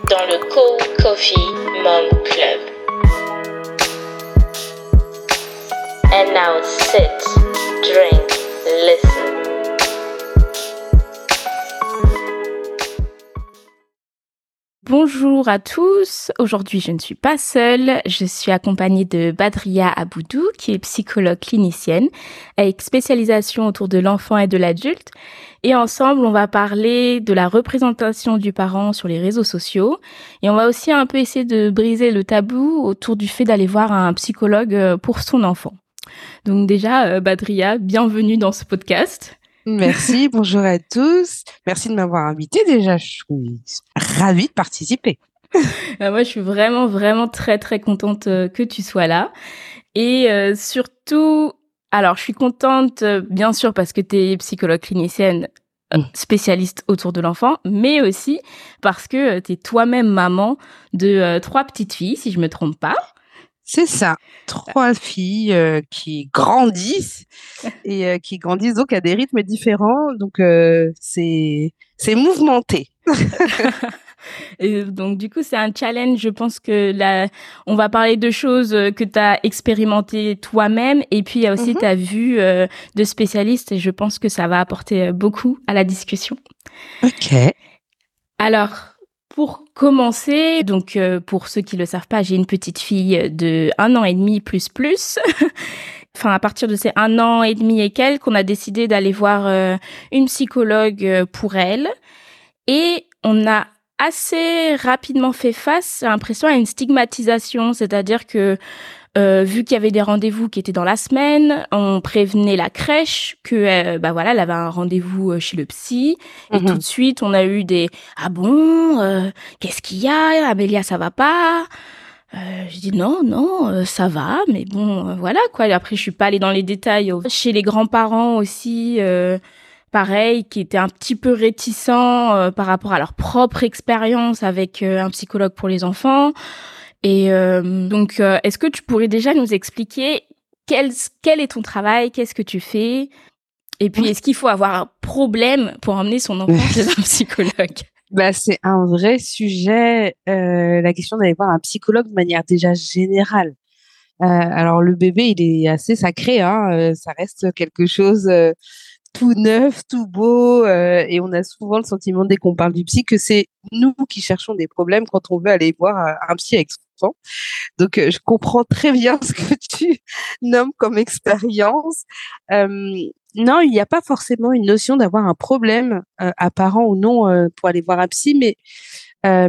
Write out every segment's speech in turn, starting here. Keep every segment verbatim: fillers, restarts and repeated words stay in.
dans le Cold Coffee Mom Club. And now sit, drink, listen. Bonjour à tous, aujourd'hui je ne suis pas seule, je suis accompagnée de Badria Aboudou qui est psychologue clinicienne avec spécialisation autour de l'enfant et de l'adulte et ensemble on va parler de la représentation du parent sur les réseaux sociaux et on va aussi un peu essayer de briser le tabou autour du fait d'aller voir un psychologue pour son enfant. Donc déjà Badria, bienvenue dans ce podcast. Merci, bonjour à tous. Merci de m'avoir invitée déjà, je suis ravie de participer. Moi, je suis vraiment, vraiment très, très contente que tu sois là. Et euh, surtout, alors, je suis contente, bien sûr, parce que tu es psychologue clinicienne, mmh. spécialiste autour de l'enfant, mais aussi parce que tu es toi-même maman de euh, trois petites filles, si je me trompe pas. C'est ça, trois filles euh, qui grandissent et euh, qui grandissent donc à des rythmes différents, donc euh, c'est c'est mouvementé. Et donc du coup c'est un challenge, je pense que là on va parler de choses que tu as expérimentées toi-même et puis il y a aussi mm-hmm. ta vue euh, de spécialiste et je pense que ça va apporter beaucoup à la discussion. OK. Alors pour commencer, donc euh, pour ceux qui le savent pas, j'ai une petite fille de un an et demi plus plus. Enfin, à partir de ces un an et demi et quelques, qu'on a décidé d'aller voir euh, une psychologue pour elle. Et on a assez rapidement fait face, j'ai l'impression, à une stigmatisation. C'est-à-dire que, euh, vu qu'il y avait des rendez-vous qui étaient dans la semaine, on prévenait la crèche que, euh, bah voilà, elle avait un rendez-vous chez le psy. Et mmh. tout de suite, on a eu des « Ah bon, euh, qu'est-ce qu'il y a? Amélia, ça va pas ?» Euh, je dis non, non, euh, ça va, mais bon, euh, voilà quoi. Et après, je suis pas allée dans les détails. Chez les grands-parents aussi, euh, pareil, qui étaient un petit peu réticents euh, par rapport à leur propre expérience avec euh, un psychologue pour les enfants. Et euh, donc, euh, est-ce que tu pourrais déjà nous expliquer quel, quel est ton travail, qu'est-ce que tu fais? Et puis, est-ce qu'il faut avoir un problème pour emmener son enfant chez un psychologue? Bah, c'est un vrai sujet, euh, la question d'aller voir un psychologue de manière déjà générale. Euh, alors, le bébé, il est assez sacré, hein, euh, ça reste quelque chose euh, tout neuf, tout beau, euh, et on a souvent le sentiment, dès qu'on parle du psy, que c'est nous qui cherchons des problèmes quand on veut aller voir un, un psy avec son enfant. Donc, euh, je comprends très bien ce que tu nommes comme expérience. Euh, Non, il n'y a pas forcément une notion d'avoir un problème euh, apparent ou non euh, pour aller voir un psy, mais euh,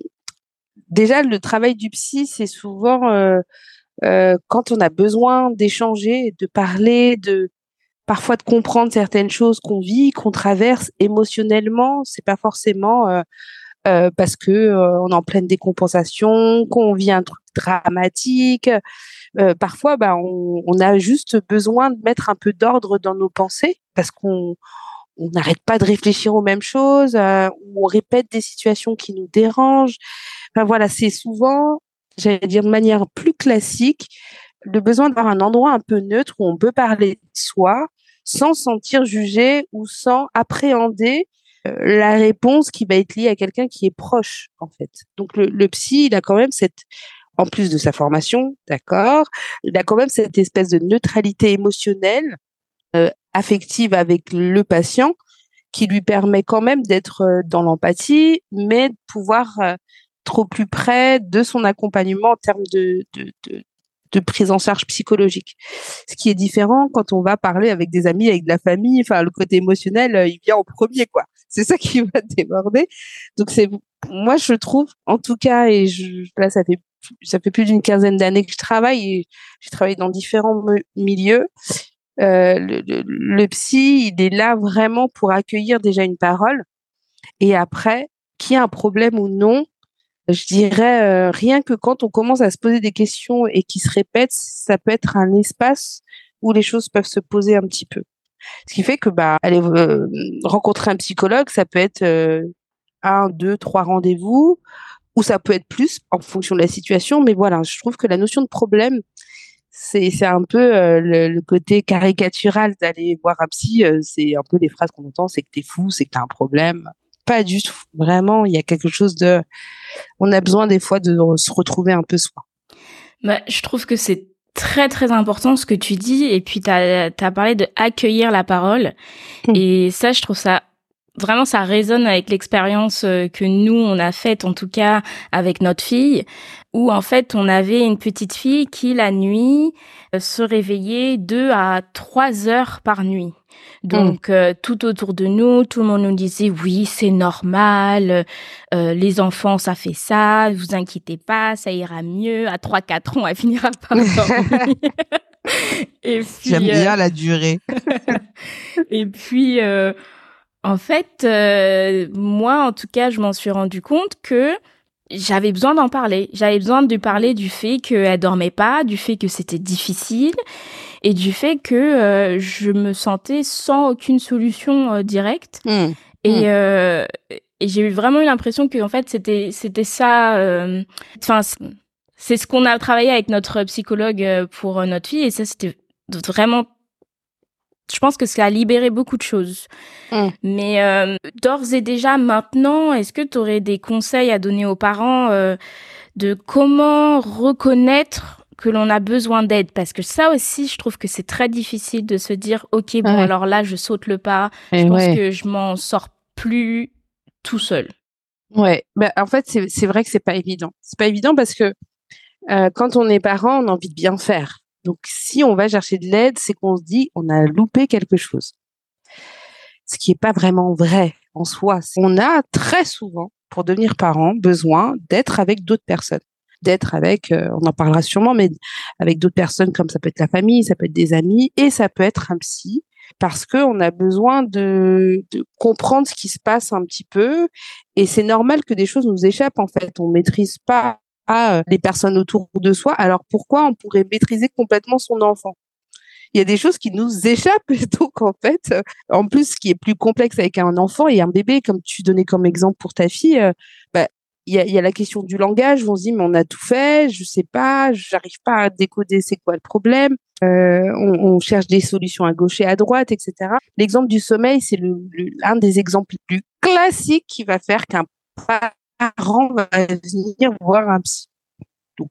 déjà le travail du psy, c'est souvent euh, euh, quand on a besoin d'échanger, de parler, de parfois de comprendre certaines choses qu'on vit, qu'on traverse émotionnellement. C'est pas forcément euh, euh, parce que euh, on est en pleine décompensation, qu'on vit un truc dramatique. Euh, parfois, bah, on, on a juste besoin de mettre un peu d'ordre dans nos pensées parce qu'on on n'arrête pas de réfléchir aux mêmes choses, euh, ou on répète des situations qui nous dérangent. Enfin voilà, c'est souvent, j'allais dire de manière plus classique, le besoin d'avoir un endroit un peu neutre où on peut parler de soi sans se sentir jugé ou sans appréhender euh, la réponse qui va être liée à quelqu'un qui est proche, en fait. Donc le, le psy, il a quand même cette, en plus de sa formation, d'accord, il a quand même cette espèce de neutralité émotionnelle, euh, affective avec le patient, qui lui permet quand même d'être euh, dans l'empathie, mais de pouvoir euh, être au plus près de son accompagnement en termes de, de, de, de prise en charge psychologique. Ce qui est différent quand on va parler avec des amis, avec de la famille, enfin le côté émotionnel, euh, il vient en premier, quoi. C'est ça qui va déborder. Donc c'est, moi je trouve, en tout cas, et je, là ça fait ça fait plus d'une quinzaine d'années que je travaille et j'ai travaillé dans différents me- milieux. Euh, le, le, le psy, il est là vraiment pour accueillir déjà une parole et après, qu'il y ait un problème ou non, je dirais euh, rien que quand on commence à se poser des questions et qui se répètent, ça peut être un espace où les choses peuvent se poser un petit peu. Ce qui fait que bah aller euh, rencontrer un psychologue, ça peut être euh, un, deux, trois rendez-vous, ou ça peut être plus en fonction de la situation. Mais voilà, je trouve que la notion de problème, c'est c'est un peu euh, le, le côté caricatural d'aller voir un psy. Euh, c'est un peu les phrases qu'on entend, c'est que t'es fou, c'est que t'as un problème. pas du tout. Vraiment, il y a quelque chose de... On a besoin des fois de se retrouver un peu soi. Bah, je trouve que c'est très très important ce que tu dis, et puis t'as t'as parlé de accueillir la parole, mmh. et ça je trouve ça vraiment, ça résonne avec l'expérience que nous on a faite, en tout cas avec notre fille, où en fait on avait une petite fille qui la nuit se réveillait deux à trois heures par nuit. Donc, mmh. euh, tout autour de nous, tout le monde nous disait oui, c'est normal, euh, les enfants, ça fait ça, vous inquiétez pas, ça ira mieux. À trois quatre ans, elle finira par dormir. Et puis, j'aime bien euh... la durée. Et puis, euh, en fait, euh, moi, en tout cas, je m'en suis rendu compte que j'avais besoin d'en parler. J'avais besoin de parler du fait qu'elle dormait pas, du fait que c'était difficile, et du fait que euh, je me sentais sans aucune solution euh, directe. Mmh. Et, mmh. Euh, et j'ai eu vraiment eu l'impression que en fait c'était c'était ça. Enfin, euh, c'est ce qu'on a travaillé avec notre psychologue pour notre fille, et ça c'était vraiment. Je pense que ça a libéré beaucoup de choses. Mmh. Mais euh, d'ores et déjà maintenant, est-ce que tu aurais des conseils à donner aux parents euh, de comment reconnaître que l'on a besoin d'aide? Parce que ça aussi, je trouve que c'est très difficile de se dire « Ok, bon, ouais. alors là, je saute le pas. Et je pense ouais. que je m'en sors plus tout seul. » Ouais, bah, en fait, c'est, c'est vrai que c'est pas évident. C'est pas évident parce que euh, quand on est parent, on a envie de bien faire. Donc, si on va chercher de l'aide, c'est qu'on se dit on a loupé quelque chose. Ce qui est pas vraiment vrai en soi. On a très souvent, pour devenir parent, besoin d'être avec d'autres personnes. D'être avec, euh, on en parlera sûrement, mais avec d'autres personnes, comme ça peut être la famille, ça peut être des amis, et ça peut être un psy, parce que on a besoin de, de comprendre ce qui se passe un petit peu, et c'est normal que des choses nous échappent, en fait. On maîtrise pas à les personnes autour de soi, alors pourquoi on pourrait maîtriser complètement son enfant? Il y a des choses qui nous échappent, donc en fait, en plus, ce qui est plus complexe avec un enfant et un bébé, comme tu donnais comme exemple pour ta fille, euh, bah, il y a, il y a la question du langage, on se dit, mais on a tout fait, je sais pas, j'arrive pas à décoder c'est quoi le problème, euh, on, on cherche des solutions à gauche et à droite, et cetera. L'exemple du sommeil, c'est le, le, un des exemples les plus classiques qui va faire qu'un parent va venir voir un psy. Donc,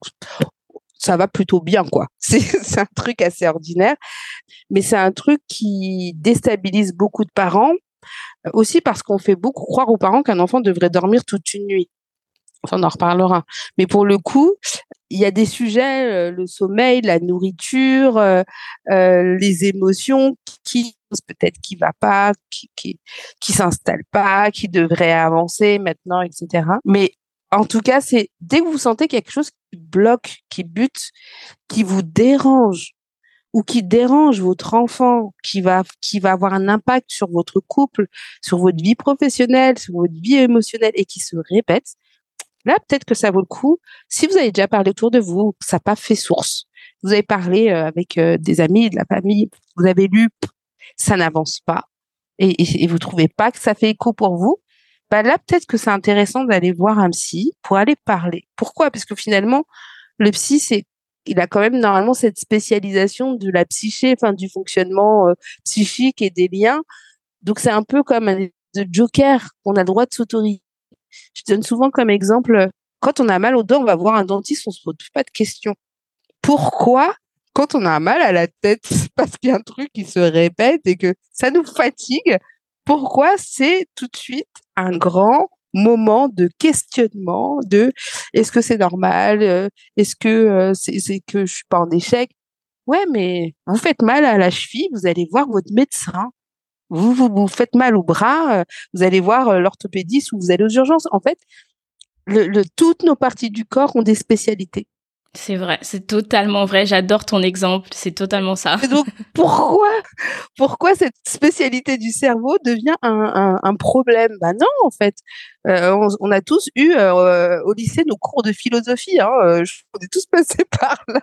ça va plutôt bien, quoi. C'est, c'est un truc assez ordinaire, mais c'est un truc qui déstabilise beaucoup de parents, aussi parce qu'on fait beaucoup croire aux parents qu'un enfant devrait dormir toute une nuit. Enfin, on en reparlera. Mais pour le coup, il y a des sujets, euh, le sommeil, la nourriture, euh, euh, les émotions, qui peut-être qui va pas, qui qui, qui s'installe pas, qui devrait avancer maintenant, et cetera. Mais en tout cas, c'est dès que vous sentez quelque chose qui bloque, qui bute, qui vous dérange, ou qui dérange votre enfant, qui va qui va avoir un impact sur votre couple, sur votre vie professionnelle, sur votre vie émotionnelle, et qui se répète. Là, peut-être que ça vaut le coup. Si vous avez déjà parlé autour de vous, ça n'a pas fait source. Vous avez parlé euh, avec euh, des amis, de la famille, vous avez lu, ça n'avance pas, et, et, et vous trouvez pas que ça fait écho pour vous. Bah là, peut-être que c'est intéressant d'aller voir un psy pour aller parler. Pourquoi? Parce que finalement, le psy, c'est, il a quand même normalement cette spécialisation de la psyché, enfin du fonctionnement euh, psychique et des liens. Donc c'est un peu comme un de joker qu'on a le droit de s'autoriser. Je donne souvent comme exemple, quand on a mal aux dents, on va voir un dentiste, on se pose pas de questions. Pourquoi, quand on a mal à la tête, parce qu'il y a un truc qui se répète et que ça nous fatigue, pourquoi c'est tout de suite un grand moment de questionnement de est-ce que c'est normal, est-ce que euh, c'est, c'est que je suis pas en échec? Ouais, mais vous faites mal à la cheville, vous allez voir votre médecin. Vous, vous vous faites mal au bras, euh, vous allez voir euh, l'orthopédiste ou vous allez aux urgences. En fait, le, le, toutes nos parties du corps ont des spécialités. C'est vrai, c'est totalement vrai. J'adore ton exemple, c'est totalement ça. Et donc, pourquoi, pourquoi cette spécialité du cerveau devient un, un, un problème? Bah non, en fait. Euh, on, on a tous eu euh, au lycée nos cours de philosophie. Hein, euh, on est tous passés par là.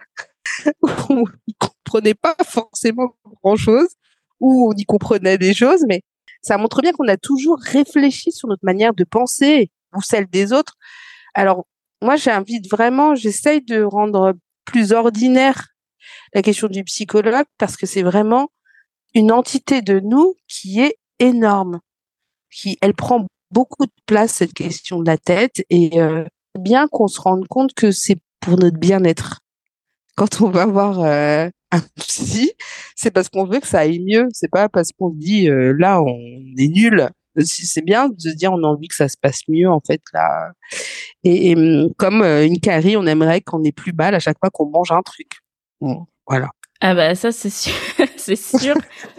On ne comprenait pas forcément grand-chose, où on y comprenait des choses, mais ça montre bien qu'on a toujours réfléchi sur notre manière de penser ou celle des autres. Alors, moi, j'invite vraiment, j'essaye de rendre plus ordinaire la question du psychologue parce que c'est vraiment une entité de nous qui est énorme, qui, elle prend beaucoup de place, cette question de la tête, et euh, bien qu'on se rende compte que c'est pour notre bien-être. Quand on va voir euh, un psy, c'est parce qu'on veut que ça aille mieux. C'est pas parce qu'on se dit euh, là on est nul. C'est bien de se dire on a envie que ça se passe mieux en fait là. Et, et comme euh, une carie, on aimerait qu'on ait plus mal à chaque fois qu'on mange un truc. Bon, voilà. Ah bah ça c'est sûr, c'est sûr.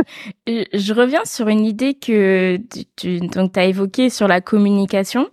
Je reviens sur une idée que tu, tu donc t'as évoquée sur la communication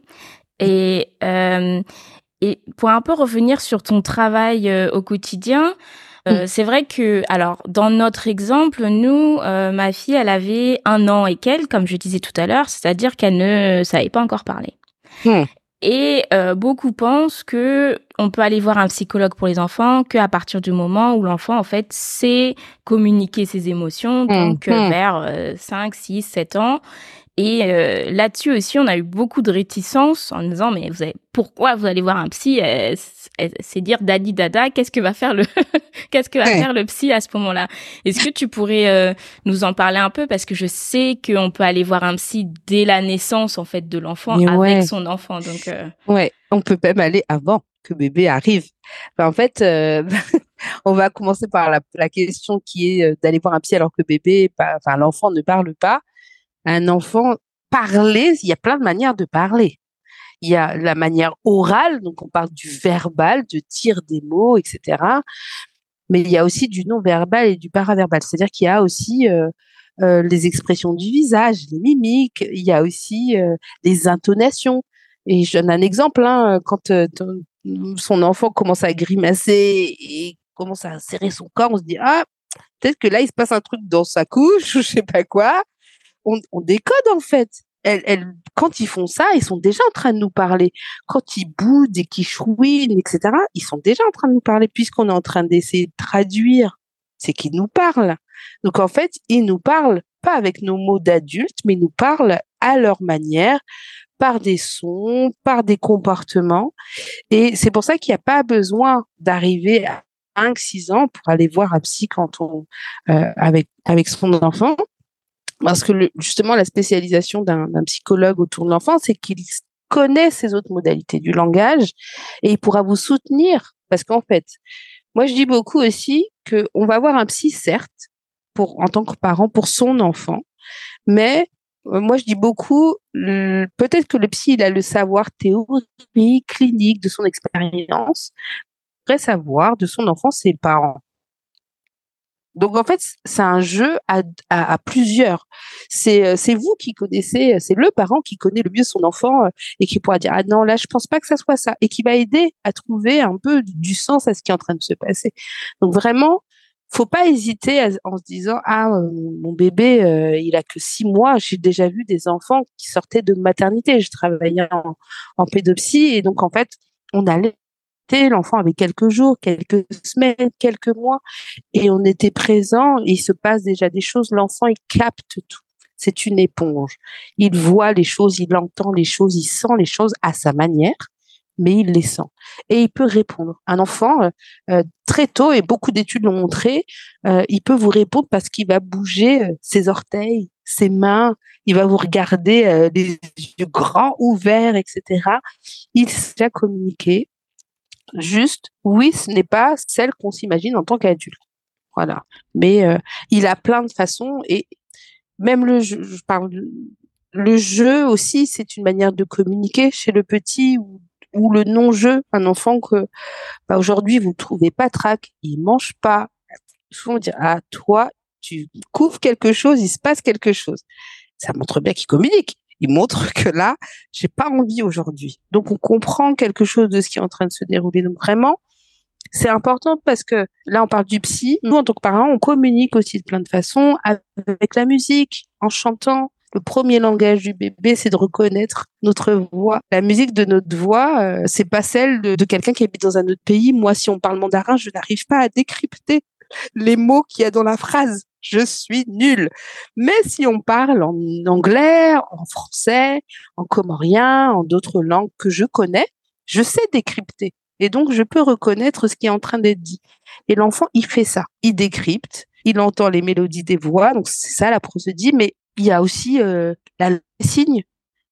et euh, et pour un peu revenir sur ton travail euh, au quotidien. Euh, c'est vrai que, alors, dans notre exemple, nous, euh, ma fille, elle avait un an et quelques, comme je disais tout à l'heure, c'est-à-dire qu'elle ne savait pas encore parler. Mmh. Et euh, beaucoup pensent que on peut aller voir un psychologue pour les enfants qu'à partir du moment où l'enfant, en fait, sait communiquer ses émotions, donc mmh. euh, vers euh, cinq, six, sept ans. Et euh, là-dessus aussi, on a eu beaucoup de réticences en disant mais vous avez, pourquoi vous allez voir un psy? euh, C'est dire dadi dada. Qu'est-ce que va faire le qu'est-ce que va ouais. faire le psy à ce moment-là? Est-ce que tu pourrais euh, nous en parler un peu, parce que je sais qu'on peut aller voir un psy dès la naissance en fait de l'enfant mais avec ouais. son enfant. Donc euh... ouais, on peut même aller avant que bébé arrive. Enfin, en fait, euh, on va commencer par la, la question qui est d'aller voir un psy alors que bébé, enfin l'enfant ne parle pas. Un enfant, parler, il y a plein de manières de parler. Il y a la manière orale, donc on parle du verbal, de dire des mots, et cetera. Mais il y a aussi du non-verbal et du paraverbal. C'est-à-dire qu'il y a aussi euh, euh, les expressions du visage, les mimiques. Il y a aussi euh, les intonations. Et je donne un exemple, hein, quand euh, ton, son enfant commence à grimacer et commence à serrer son corps, on se dit « Ah, peut-être que là, il se passe un truc dans sa couche ou je sais pas quoi ». On, on décode en fait. Elle, elle, quand ils font ça, ils sont déjà en train de nous parler. Quand ils boudent et qu'ils chouinent, et cetera, ils sont déjà en train de nous parler puisqu'on est en train d'essayer de traduire. C'est qu'ils nous parlent. Donc en fait, ils nous parlent pas avec nos mots d'adultes, mais ils nous parlent à leur manière, par des sons, par des comportements. Et c'est pour ça qu'il n'y a pas besoin d'arriver à cinq six ans pour aller voir un psy quand on, euh, avec, avec son enfant. Parce que le, justement, la spécialisation d'un, d'un psychologue autour de l'enfant, c'est qu'il connaît ces autres modalités du langage et il pourra vous soutenir. Parce qu'en fait, moi, je dis beaucoup aussi qu'on va voir un psy, certes, pour, en tant que parent, pour son enfant. Mais euh, moi, je dis beaucoup, le, peut-être que le psy, il a le savoir théorique, clinique de son expérience, le vrai savoir de son enfant, c'est le parent. Donc, en fait, c'est un jeu à, à, à plusieurs. C'est, c'est vous qui connaissez, c'est le parent qui connaît le mieux son enfant et qui pourra dire « Ah non, là, je pense pas que ça soit ça » et qui va aider à trouver un peu du sens à ce qui est en train de se passer. Donc, vraiment, faut pas hésiter à, en se disant « Ah, mon bébé, euh, il a que six mois. » J'ai déjà vu des enfants qui sortaient de maternité. Je travaillais en, en pédopsie et donc, en fait, on allait l'enfant avait quelques jours, quelques semaines, quelques mois, et on était présent, il se passe déjà des choses, l'enfant, il capte tout. C'est une éponge. Il voit les choses, il entend les choses, il sent les choses à sa manière, mais il les sent. Et il peut répondre. Un enfant, euh, très tôt, et beaucoup d'études l'ont montré, euh, il peut vous répondre parce qu'il va bouger euh, ses orteils, ses mains, il va vous regarder euh, les yeux grands, ouverts, et cetera. Il sait déjà communiquer. Juste, oui, ce n'est pas celle qu'on s'imagine en tant qu'adulte. Voilà. Mais euh, il a plein de façons et même le jeu, je parle, le jeu aussi, c'est une manière de communiquer chez le petit ou, ou le non-jeu. Un enfant que, bah, aujourd'hui, vous ne trouvez pas trac, il mange pas. Souvent, on dit, ah, toi, tu couvres quelque chose, il se passe quelque chose. Ça montre bien qu'il communique. Il montre que là, j'ai pas envie aujourd'hui. Donc, on comprend quelque chose de ce qui est en train de se dérouler. Donc, vraiment, c'est important parce que là, on parle du psy. Nous, en tant que parents, on communique aussi de plein de façons avec la musique, en chantant. Le premier langage du bébé, c'est de reconnaître notre voix. La musique de notre voix, euh, c'est pas celle de, de quelqu'un qui habite dans un autre pays. Moi, si on parle mandarin, je n'arrive pas à décrypter les mots qu'il y a dans la phrase. Je suis nulle. Mais si on parle en anglais, en français, en comorien, en d'autres langues que je connais, je sais décrypter. Et donc, je peux reconnaître ce qui est en train d'être dit. Et l'enfant, il fait ça. Il décrypte, il entend les mélodies des voix. Donc, c'est ça la prosodie. Mais il y a aussi euh, la signe.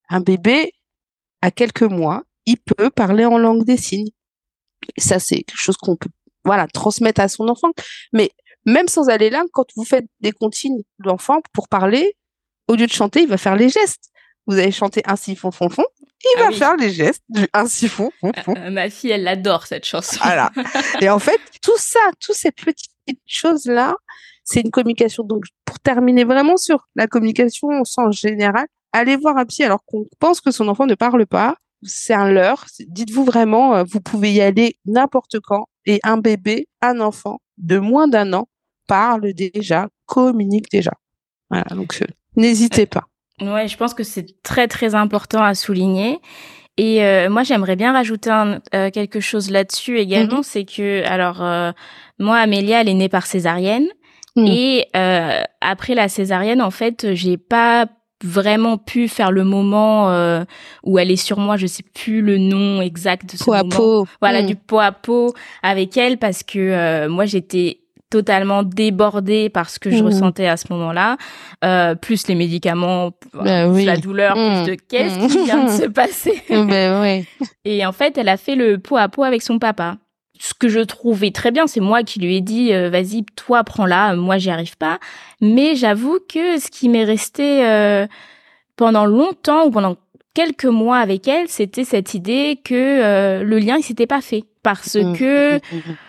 Un bébé, à quelques mois, il peut parler en langue des signes. Et ça, c'est quelque chose qu'on peut, voilà, transmettre à son enfant. Mais même sans aller là, quand vous faites des comptines de l'enfant pour parler, au lieu de chanter, il va faire les gestes. Vous allez chanter un siphon fon fon, il Ah va oui. faire les gestes du un siphon fon fon. Euh, ma fille, elle adore cette chanson. Voilà. Et en fait, tout ça, toutes ces petites choses-là, c'est une communication. Donc, pour terminer vraiment sur la communication au sens général, allez voir un psy alors qu'on pense que son enfant ne parle pas. C'est un leurre. Dites-vous vraiment, euh, vous pouvez y aller n'importe quand. Et un bébé, un enfant de moins d'un an parle déjà, communique déjà. Voilà. Donc, euh, n'hésitez pas. Ouais, je pense que c'est très, très important à souligner. Et euh, moi, j'aimerais bien rajouter un, euh, quelque chose là-dessus également, mm-hmm. c'est que, alors, euh, moi, Amélia, elle est née par césarienne. Mm. Et euh, après la césarienne, en fait, j'ai pas vraiment pu faire le moment euh, où elle est sur moi, je sais plus le nom exact de ce pot moment. À peau. Voilà, Mm. du pot à pot avec elle, parce que euh, moi, j'étais totalement débordée par ce que je mmh. ressentais à ce moment-là, euh, plus les médicaments, bah, plus oui. la douleur, mmh. plus de qu'est-ce mmh. qui vient de se passer. bah, oui. Et en fait, elle a fait le pot à pot avec son papa. Ce que je trouvais très bien, c'est moi qui lui ai dit euh, vas-y, toi prends-la, moi j'y arrive pas. Mais j'avoue que ce qui m'est resté euh, pendant longtemps ou pendant quelques mois avec elle, c'était cette idée que euh, le lien il s'était pas fait parce mmh. que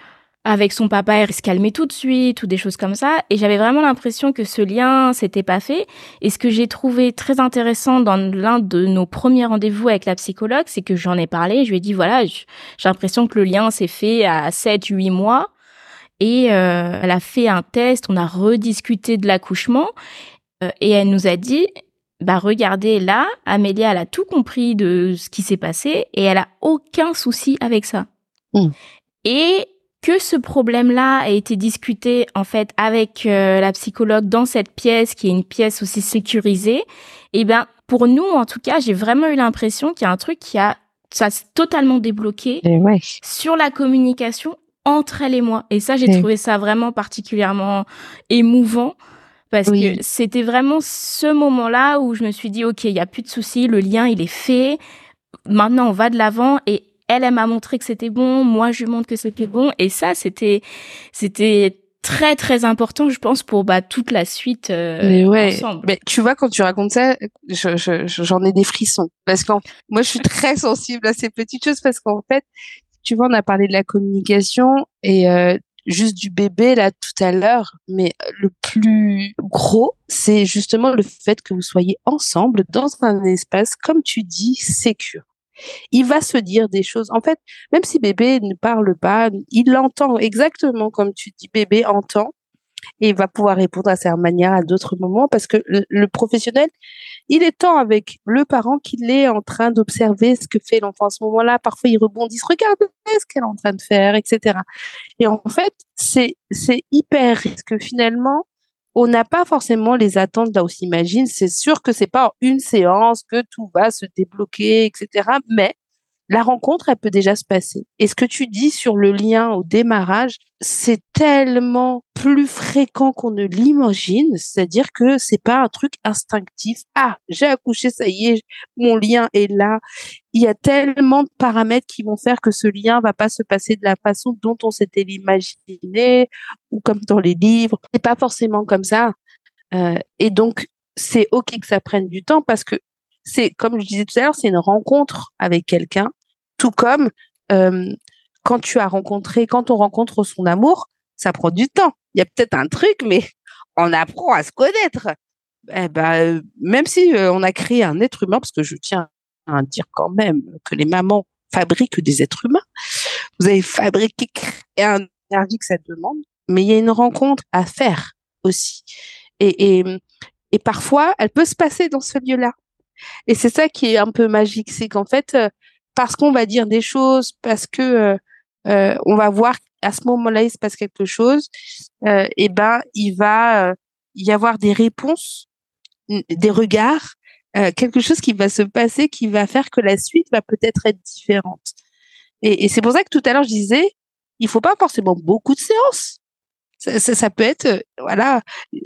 avec son papa, elle se calmait tout de suite ou des choses comme ça. Et j'avais vraiment l'impression que ce lien s'était pas fait. Et ce que j'ai trouvé très intéressant dans l'un de nos premiers rendez-vous avec la psychologue, c'est que j'en ai parlé. Je lui ai dit, voilà, j'ai l'impression que le lien s'est fait à sept, huit mois. Et euh, elle a fait un test, on a rediscuté de l'accouchement. Euh, et elle nous a dit, bah regardez là, Amélia, elle a tout compris de ce qui s'est passé et elle a aucun souci avec ça. Mmh. Et que ce problème-là a été discuté en fait avec euh, la psychologue dans cette pièce qui est une pièce aussi sécurisée, et ben pour nous en tout cas, j'ai vraiment eu l'impression qu'il y a un truc qui a ça s'est totalement débloqué ouais. sur la communication entre elle et moi. Et ça, j'ai ouais. trouvé ça vraiment particulièrement émouvant parce oui. que c'était vraiment ce moment-là où je me suis dit OK, il y a plus de soucis, le lien il est fait. Maintenant, on va de l'avant et Elle, elle m'a montré que c'était bon, moi je lui montre que c'était bon, et ça c'était c'était très très important, je pense, pour bah toute la suite euh, mais ouais. ensemble. Mais tu vois, quand tu racontes ça, je, je, j'en ai des frissons parce que moi je suis très sensible à ces petites choses parce qu'en fait, tu vois, on a parlé de la communication et euh, juste du bébé là tout à l'heure, mais le plus gros, c'est justement le fait que vous soyez ensemble dans un espace, comme tu dis, sécure. Il va se dire des choses. En fait, même si bébé ne parle pas, il l'entend exactement comme tu dis. Bébé entend et il va pouvoir répondre à sa manière à d'autres moments parce que le, le professionnel, il est tant avec le parent qu'il est en train d'observer ce que fait l'enfant à ce moment-là. Parfois, ils rebondissent, regardez ce qu'elle est en train de faire, et cetera. Et en fait, c'est, c'est hyper risque finalement. On n'a pas forcément les attentes là où on s'imagine. C'est sûr que c'est pas en une séance que tout va se débloquer, et cetera. Mais la rencontre, elle peut déjà se passer. Et ce que tu dis sur le lien au démarrage, c'est tellement plus fréquent qu'on ne l'imagine. C'est-à-dire que c'est pas un truc instinctif. Ah, j'ai accouché, ça y est, mon lien est là. Il y a tellement de paramètres qui vont faire que ce lien va pas se passer de la façon dont on s'était l'imaginé ou comme dans les livres. C'est pas forcément comme ça. Euh, et donc, c'est OK que ça prenne du temps parce que c'est, comme je disais tout à l'heure, c'est une rencontre avec quelqu'un. Tout comme euh, quand tu as rencontré, quand on rencontre son amour, ça prend du temps. Il y a peut-être un truc, mais on apprend à se connaître. Eh ben, même si euh, on a créé un être humain, parce que je tiens à dire quand même que les mamans fabriquent des êtres humains. Vous avez fabriqué, créé un énergie que ça demande, mais il y a une rencontre à faire aussi. Et, et, et parfois, elle peut se passer dans ce lieu-là. Et c'est ça qui est un peu magique, c'est qu'en fait, euh, parce qu'on va dire des choses, parce que euh, euh, on va voir à ce moment-là il se passe quelque chose, euh, et ben il va euh, y avoir des réponses, des regards, euh, quelque chose qui va se passer, qui va faire que la suite va peut-être être différente. Et, et c'est pour ça que tout à l'heure je disais, il faut pas forcément beaucoup de séances. Ça, ça, ça peut être, euh, voilà,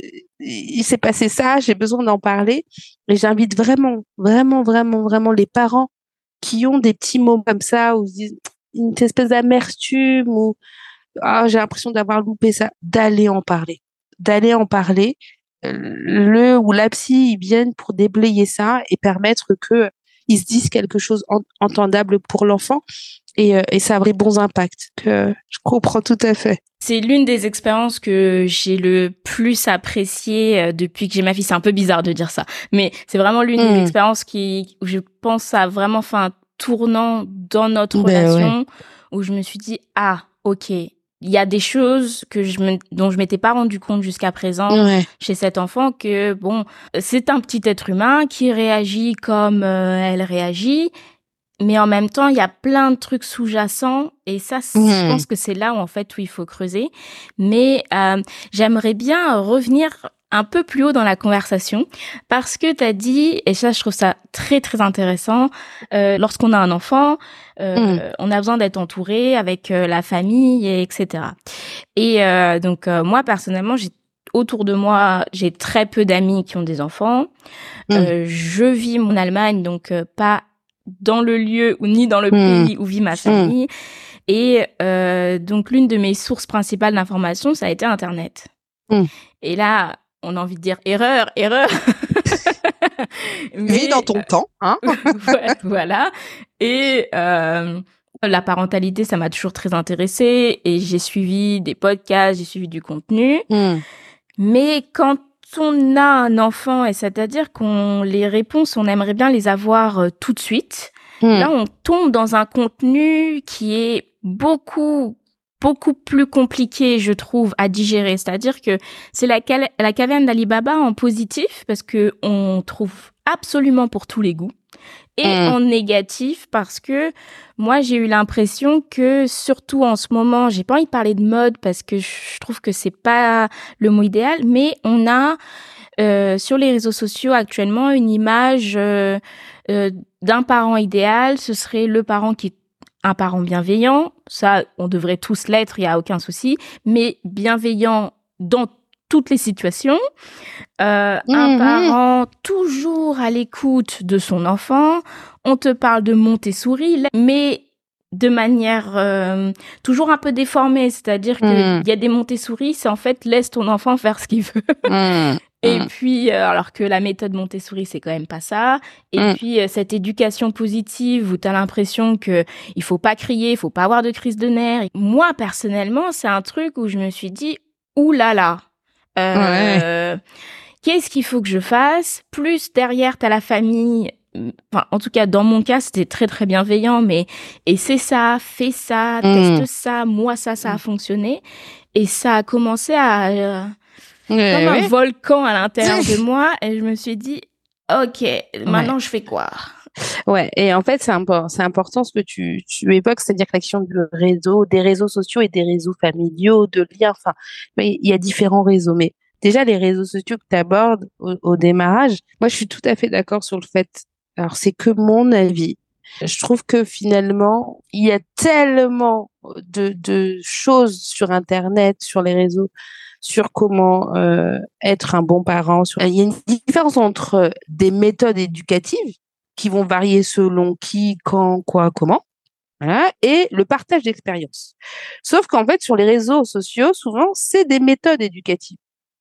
il s'est passé ça, j'ai besoin d'en parler. Et j'invite vraiment, vraiment, vraiment, vraiment les parents qui ont des petits mots comme ça, où ils disent une espèce d'amertume, ou ah, j'ai l'impression d'avoir loupé ça, d'aller en parler. D'aller en parler. Euh, Le ou la psy, ils viennent pour déblayer ça et permettre que ils se disent quelque chose en- entendable pour l'enfant. Et, euh, et ça a des bons impacts. Que je comprends tout à fait. C'est l'une des expériences que j'ai le plus appréciée euh, depuis que j'ai ma fille. C'est un peu bizarre de dire ça, mais c'est vraiment l'une des Mmh. expériences qui, où je pense, ça a vraiment fait un tournant dans notre Ben ouais. relation, où je me suis dit, ah, ok, il y a des choses que je me, dont je m'étais pas rendu compte jusqu'à présent Ouais. chez cet enfant, que bon, c'est un petit être humain qui réagit comme euh, elle réagit. Mais en même temps, il y a plein de trucs sous-jacents et ça, c- je Mmh. pense que c'est là où en fait où il faut creuser. Mais euh, j'aimerais bien revenir un peu plus haut dans la conversation parce que tu as dit, et ça je trouve ça très très intéressant, euh, lorsqu'on a un enfant, euh, Mmh. on a besoin d'être entouré avec euh, la famille, et etc. Et euh, donc euh, moi personnellement, j'ai autour de moi, j'ai très peu d'amis qui ont des enfants. Mmh. Euh, je vis en Allemagne, donc euh, pas dans le lieu ou ni dans le Mmh. pays où vit ma Mmh. famille. Et euh, donc l'une de mes sources principales d'information, ça a été Internet. Mmh. Et là, on a envie de dire erreur, erreur. Vis dans Mais ton temps, hein. ouais, voilà. Et euh, la parentalité, ça m'a toujours très intéressée et j'ai suivi des podcasts, j'ai suivi du contenu. Mmh. Mais quand on a un enfant, et c'est-à-dire qu'on les réponses, on aimerait bien les avoir euh, tout de suite. Mmh. Là, on tombe dans un contenu qui est beaucoup beaucoup plus compliqué, je trouve, à digérer. C'est-à-dire que c'est la, cal- la caverne d'Ali Baba en positif parce que on trouve absolument pour tous les goûts, et Mmh. en négatif parce que moi j'ai eu l'impression que surtout en ce moment, j'ai pas envie de parler de mode parce que je trouve que c'est pas le mot idéal, mais on a euh, sur les réseaux sociaux actuellement une image euh, euh, d'un parent idéal. Ce serait le parent qui est un parent bienveillant, ça on devrait tous l'être, il y a aucun souci, mais bienveillant dans toutes les situations. Euh, un Mmh. parent toujours à l'écoute de son enfant. On te parle de Montessori, mais de manière euh, toujours un peu déformée, c'est-à-dire que Mmh. il y a des Montessori, c'est en fait laisse ton enfant faire ce qu'il veut. Mmh. Et Mmh. puis, euh, alors que la méthode Montessori, c'est quand même pas ça. Et Mmh. puis, euh, cette éducation positive où t'as l'impression que il faut pas crier, il faut pas avoir de crise de nerfs. Moi, personnellement, c'est un truc où je me suis dit, ouh là là, Ouais. euh, qu'est-ce qu'il faut que je fasse? Plus derrière, t'as la famille. Enfin, en tout cas, dans mon cas, c'était très très bienveillant, mais et c'est ça, fais ça, Mmh. teste ça, moi ça, ça a fonctionné. Et ça a commencé à, euh, comme Ouais, un ouais. volcan à l'intérieur de moi, et je me suis dit, ok, maintenant je fais quoi? Ouais, et en fait, c'est impor- c'est important ce que tu, tu évoques, c'est-à-dire que l'action du réseau, des réseaux sociaux et des réseaux familiaux, de liens, enfin, mais il y a différents réseaux. Mais déjà, les réseaux sociaux que tu abordes au, au démarrage, moi, je suis tout à fait d'accord sur le fait, alors c'est que mon avis. Je trouve que finalement, il y a tellement de, de choses sur Internet, sur les réseaux, sur comment euh, être un bon parent. Sur... Il y a une différence entre des méthodes éducatives qui vont varier selon qui, quand, quoi, comment, voilà, et le partage d'expériences. Sauf qu'en fait, sur les réseaux sociaux, souvent, c'est des méthodes éducatives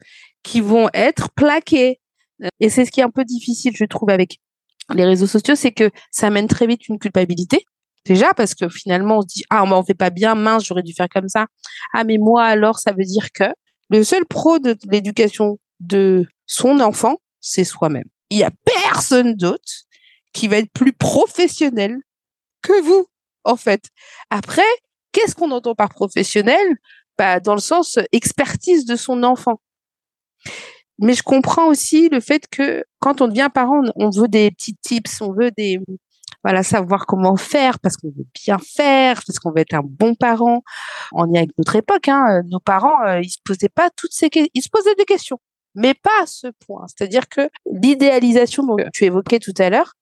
qui vont être plaquées. Et c'est ce qui est un peu difficile, je trouve, avec les réseaux sociaux, c'est que ça amène très vite une culpabilité. Déjà, parce que finalement, on se dit, ah, on m'en fait pas bien, mince, j'aurais dû faire comme ça. Ah, mais moi, alors, ça veut dire que le seul pro de l'éducation de son enfant, c'est soi-même. Il y a personne d'autre qui va être plus professionnel que vous, en fait. Après, qu'est-ce qu'on entend par professionnel? Bah, dans le sens euh, expertise de son enfant. Mais je comprends aussi le fait que quand on devient parent, on veut des petits tips, on veut des, voilà, savoir comment faire parce qu'on veut bien faire, parce qu'on veut être un bon parent. On est avec notre époque, hein. Nos parents, euh, ils se posaient pas toutes ces questions, ils se posaient des questions, mais pas à ce point. C'est-à-dire que l'idéalisation dont tu évoquais tout à l'heure,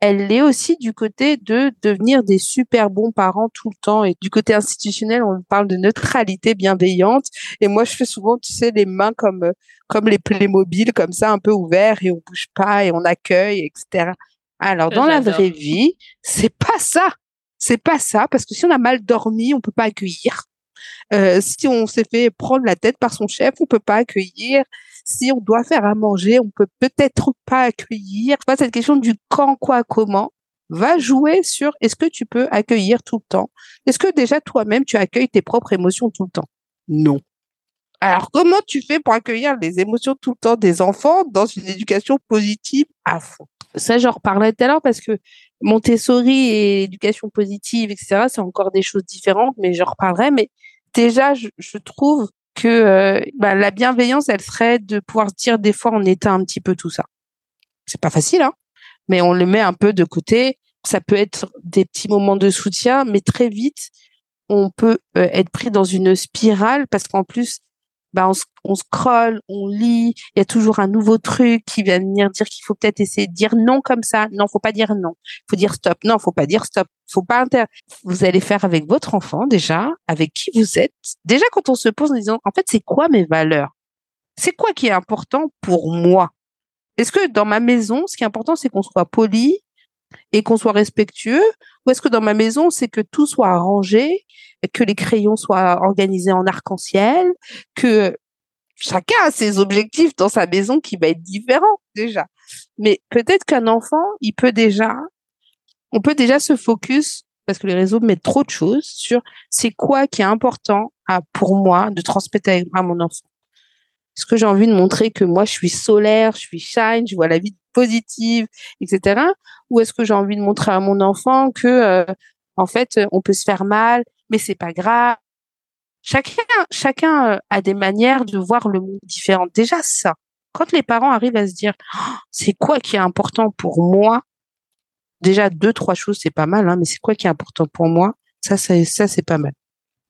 elle l'est aussi du côté de devenir des super bons parents tout le temps. Et du côté institutionnel, on parle de neutralité bienveillante. Et moi, je fais souvent, tu sais, les mains comme euh, comme les Playmobil, comme ça, un peu ouverts, et on bouge pas et on accueille, et cetera. Alors, dans la J'adore. vraie vie, c'est pas ça. C'est pas ça, parce que si on a mal dormi, on peut pas accueillir. Euh, si on s'est fait prendre la tête par son chef, on peut pas accueillir. Si on doit faire à manger, on peut peut-être pas accueillir. Enfin, cette question du quand, quoi, comment va jouer sur est-ce que tu peux accueillir tout le temps? Est-ce que déjà toi-même, tu accueilles tes propres émotions tout le temps? Non. Alors, comment tu fais pour accueillir les émotions tout le temps des enfants dans une éducation positive à fond? Ça, j'en reparlerai tout à l'heure parce que Montessori et éducation positive, et cetera, c'est encore des choses différentes, mais j'en reparlerai. Mais déjà, je, je trouve que euh, bah, la bienveillance, elle serait de pouvoir se dire des fois on éteint un petit peu tout ça. C'est pas facile, hein, mais on le met un peu de côté. Ça peut être des petits moments de soutien, mais très vite, on peut euh, être pris dans une spirale parce qu'en plus, bah, on, on scrolle, on lit, il y a toujours un nouveau truc qui va venir dire qu'il faut peut-être essayer de dire non comme ça. Non, faut pas dire non. Faut dire stop. Non, faut pas dire stop. Faut pas inter... Vous allez faire avec votre enfant déjà, avec qui vous êtes. Déjà, quand on se pose en disant, en fait, c'est quoi mes valeurs? C'est quoi qui est important pour moi? Est-ce que dans ma maison, ce qui est important, c'est qu'on soit poli et qu'on soit respectueux? Ou est-ce que dans ma maison, c'est que tout soit arrangé, que les crayons soient organisés en arc-en-ciel, que chacun a ses objectifs dans sa maison qui va être différent déjà. Mais peut-être qu'un enfant, il peut déjà, on peut déjà se focus, parce que les réseaux mettent trop de choses, sur c'est quoi qui est important à, pour moi de transmettre à, à mon enfant. Est-ce que j'ai envie de montrer que moi, je suis solaire, je suis shine, je vois la vie positive, et cetera. Ou est-ce que j'ai envie de montrer à mon enfant que, euh, en fait, on peut se faire mal, mais c'est pas grave. Chacun, chacun a des manières de voir le monde différentes. Déjà, ça. Quand les parents arrivent à se dire, oh, c'est quoi qui est important pour moi? Déjà, deux, trois choses, c'est pas mal, hein, mais c'est quoi qui est important pour moi? Ça, ça, ça, c'est pas mal.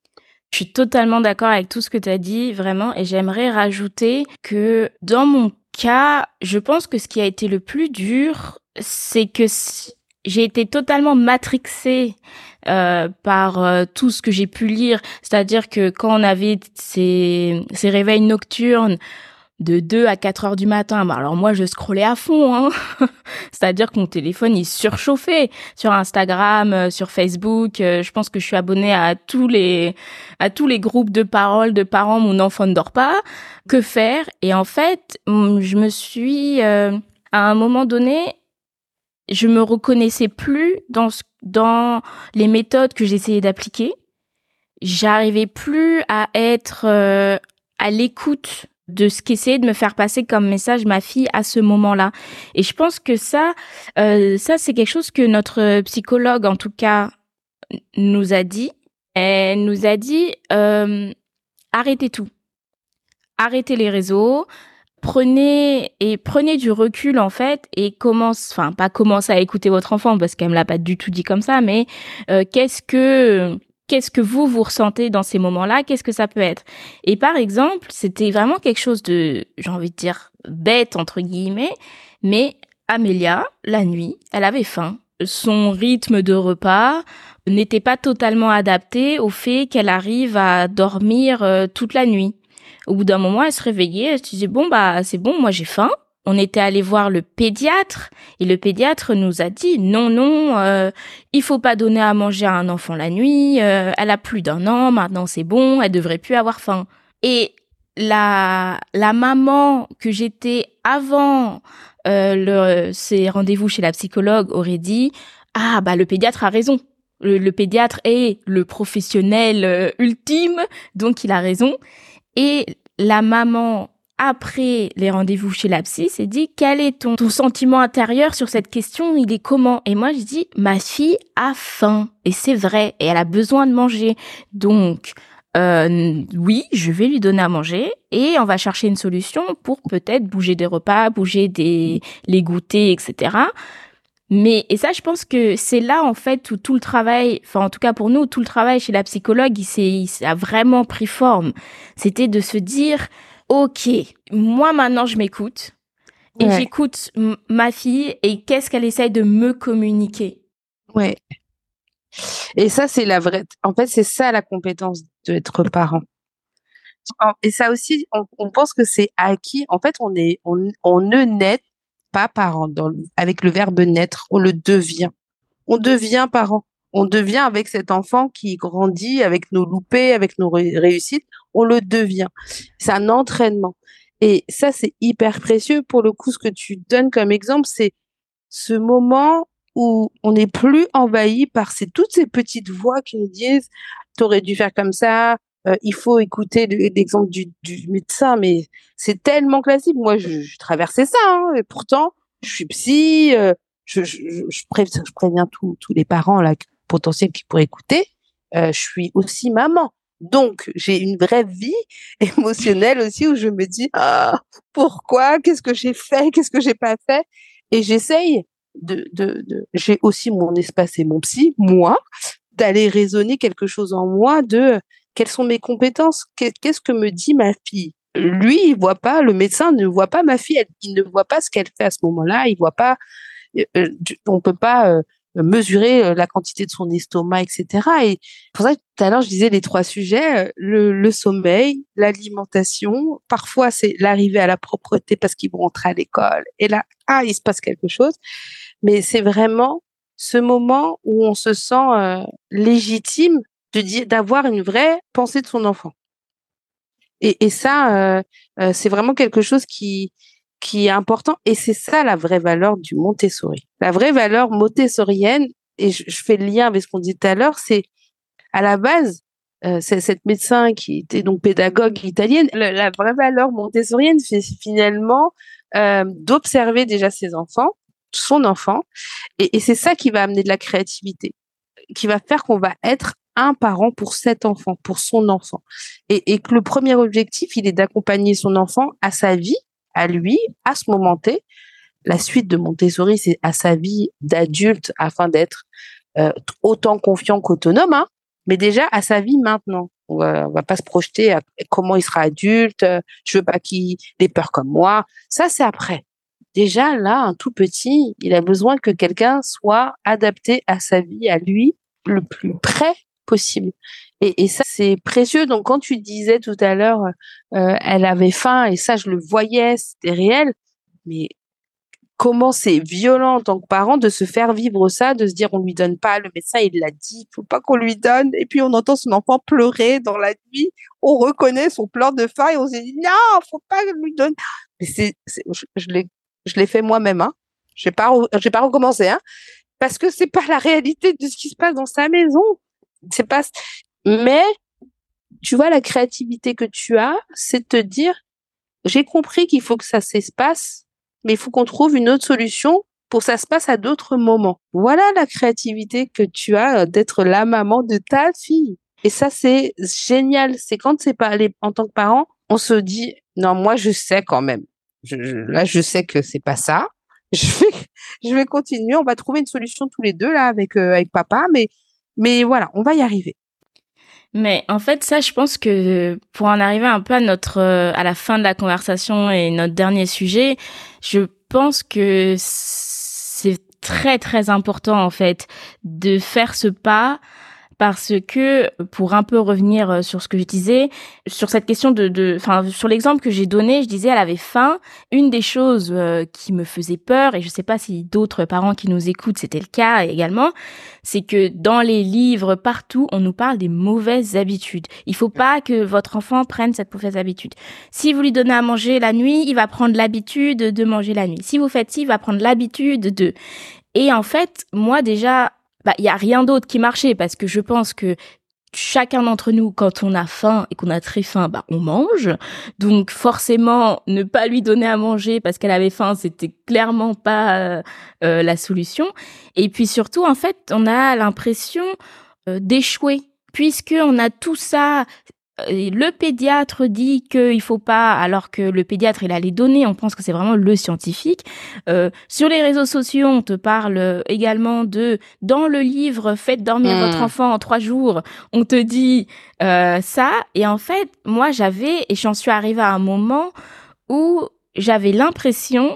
Je suis totalement d'accord avec tout ce que tu as dit, vraiment, et j'aimerais rajouter que dans mon cas, je pense que ce qui a été le plus dur, c'est que j'ai été totalement matrixée euh, par euh, tout ce que j'ai pu lire. C'est-à-dire que quand on avait ces, ces réveils nocturnes de deux à quatre heures du matin, bah alors moi je scrollais à fond, hein. C'est-à-dire que mon téléphone il surchauffait sur Instagram, euh, sur Facebook. Euh, je pense que je suis abonnée à tous les à tous les groupes de parole de parents. Mon enfant ne dort pas. Que faire? Et en fait, je me suis euh, à un moment donné, je me reconnaissais plus dans ce, dans les méthodes que j'essayais d'appliquer. J'arrivais plus à être euh, à l'écoute de ce qu'essayait de me faire passer comme message ma fille à ce moment-là. Et je pense que ça, euh, ça c'est quelque chose que notre psychologue, en tout cas, nous a dit. Elle nous a dit, euh, arrêtez tout. Arrêtez les réseaux. Prenez et prenez du recul en fait et commence, enfin pas commencer à écouter votre enfant parce qu'elle me l'a pas du tout dit comme ça, mais euh, qu'est-ce que qu'est-ce que vous vous ressentez dans ces moments-là, qu'est-ce que ça peut être. Et par exemple, c'était vraiment quelque chose de, j'ai envie de dire bête entre guillemets, mais Amélia, la nuit, elle avait faim. Son rythme de repas n'était pas totalement adapté au fait qu'elle arrive à dormir euh, toute la nuit. Au bout d'un moment, elle se réveillait, elle se disait, bon, bah, c'est bon, moi j'ai faim. On était allé voir le pédiatre et le pédiatre nous a dit, non, non, euh, il faut pas donner à manger à un enfant la nuit, euh, elle a plus d'un an, maintenant c'est bon, elle devrait plus avoir faim. Et la, la maman que j'étais avant euh, le, ces rendez-vous chez la psychologue aurait dit, ah, bah, le pédiatre a raison. Le, le pédiatre est le professionnel euh, ultime, donc il a raison. Et la maman, après les rendez-vous chez la psy, s'est dit, quel est ton, ton sentiment intérieur sur cette question? Il est comment? Et moi, je dis, ma fille a faim. Et c'est vrai. Et elle a besoin de manger. Donc, euh, oui, je vais lui donner à manger. Et on va chercher une solution pour peut-être bouger des repas, bouger des, les goûters, et cetera. Mais, et ça, je pense que c'est là, en fait, où tout le travail, enfin, en tout cas pour nous, tout le travail chez la psychologue, il s'est, il a vraiment pris forme. C'était de se dire, OK, moi, maintenant, je m'écoute. et Ouais. j'écoute m- ma fille et qu'est-ce qu'elle essaye de me communiquer. Ouais. Et ça, c'est la vraie. En fait, c'est ça la compétence d'être parent. En- Et ça aussi, on, on pense que c'est acquis. En fait, on est, on, on ne naît pas parent dans le- avec le verbe naître. On le devient. On devient parent. On devient avec cet enfant qui grandit, avec nos loupés, avec nos ré- réussites. On le devient. C'est un entraînement. Et ça, c'est hyper précieux. Pour le coup, ce que tu donnes comme exemple, c'est ce moment où on n'est plus envahi par ces, toutes ces petites voix qui nous disent, t'aurais dû faire comme ça, euh, il faut écouter le- l'exemple du, du médecin, mais c'est tellement classique. Moi, je, je traversais ça, hein, et pourtant, je suis psy, euh, je, je, je, je pré- je préviens tous tous les parents là, potentiels qui pourraient écouter, euh, je suis aussi maman. Donc, j'ai une vraie vie émotionnelle aussi où je me dis, ah, pourquoi, qu'est-ce que j'ai fait, qu'est-ce que j'ai pas fait? Et j'essaye de, de, de, j'ai aussi mon espace et mon psy, moi, d'aller raisonner quelque chose en moi de quelles sont mes compétences, qu'est- qu'est-ce que me dit ma fille. Lui, il voit pas, le médecin ne voit pas ma fille, elle- il ne voit pas ce qu'elle fait à ce moment-là, il voit pas, euh, euh, du- on peut pas euh, mesurer euh, la quantité de son estomac, et cetera. Et pour ça, tout à l'heure, je disais les trois sujets, euh, le, le sommeil, l'alimentation, parfois c'est l'arrivée à la propreté parce qu'ils vont rentrer à l'école, et là, ah, il se passe quelque chose. Mais c'est vraiment ce moment où on se sent euh, légitime de dire, d'avoir une vraie pensée de son enfant. Et, et ça, euh, euh, c'est vraiment quelque chose qui, qui est important. Et c'est ça la vraie valeur du Montessori. La vraie valeur montessorienne, et je, je fais le lien avec ce qu'on dit tout à l'heure, c'est à la base, euh, c'est cette médecin qui était donc pédagogue italienne. Le- la vraie valeur montessorienne, c'est finalement euh, d'observer déjà ses enfants, son enfant, et, et c'est ça qui va amener de la créativité, qui va faire qu'on va être un parent pour cet enfant, pour son enfant. Et, et que le premier objectif, il est d'accompagner son enfant à sa vie, à lui, à ce moment T. La suite de Montessori, c'est à sa vie d'adulte afin d'être euh, autant confiant qu'autonome, hein, mais déjà à sa vie maintenant. On va, on va pas se projeter à comment il sera adulte, euh, je veux pas qu'il ait peur comme moi. Ça, c'est après. Déjà, là, un tout petit, il a besoin que quelqu'un soit adapté à sa vie, à lui, le plus près possible. Et, et ça, c'est précieux. Donc, quand tu disais tout à l'heure, euh, elle avait faim, et ça, je le voyais, c'était réel. Mais comment c'est violent en tant que parent de se faire vivre ça, de se dire on lui donne pas, le médecin il l'a dit, faut pas qu'on lui donne, et puis on entend son enfant pleurer dans la nuit, on reconnaît son pleur de faim et on se dit non, faut pas lui donner. Mais c'est, c'est je, je l'ai, je l'ai fait moi-même, hein. J'ai pas, re- j'ai pas recommencé, hein, parce que c'est pas la réalité de ce qui se passe dans sa maison. C'est pas, mais tu vois la créativité que tu as, c'est de te dire j'ai compris qu'il faut que ça s'espace, mais il faut qu'on trouve une autre solution pour que ça se passe à d'autres moments. Voilà la créativité que tu as euh, d'être la maman de ta fille. Et ça, c'est génial. C'est quand c'est pas les, en tant que parent, on se dit, non, moi, je sais quand même. Je, je- là, je sais que c'est pas ça. Je vais, je vais continuer. On va trouver une solution tous les deux, là, avec, euh, avec papa. Mais, mais voilà, on va y arriver. Mais en fait, ça, je pense que pour en arriver un peu à notre, euh, à la fin de la conversation et notre dernier sujet, je pense que c'est très, très important, en fait, de faire ce pas. Parce que, pour un peu revenir sur ce que je disais, sur cette question de, de, enfin, sur l'exemple que j'ai donné, je disais, elle avait faim. Une des choses euh, qui me faisait peur, et je sais pas si d'autres parents qui nous écoutent, c'était le cas également, c'est que dans les livres, partout, on nous parle des mauvaises habitudes. Il faut pas que votre enfant prenne cette mauvaise habitude. Si vous lui donnez à manger la nuit, il va prendre l'habitude de manger la nuit. Si vous faites ci, il va prendre l'habitude de... Et en fait, moi déjà, bah, il y a rien d'autre qui marchait parce que je pense que chacun d'entre nous, quand on a faim et qu'on a très faim, bah, on mange. Donc, forcément, ne pas lui donner à manger parce qu'elle avait faim, c'était clairement pas euh, euh, la solution. Et puis surtout, en fait, on a l'impression euh, d'échouer puisque on a tout ça. Le pédiatre dit qu'il faut pas, alors que le pédiatre, il a les données, on pense que c'est vraiment le scientifique. Euh, sur les réseaux sociaux, on te parle également de, dans le livre, faites dormir mmh. votre enfant en trois jours, on te dit euh, ça. Et en fait, moi, j'avais, et j'en suis arrivée à un moment où j'avais l'impression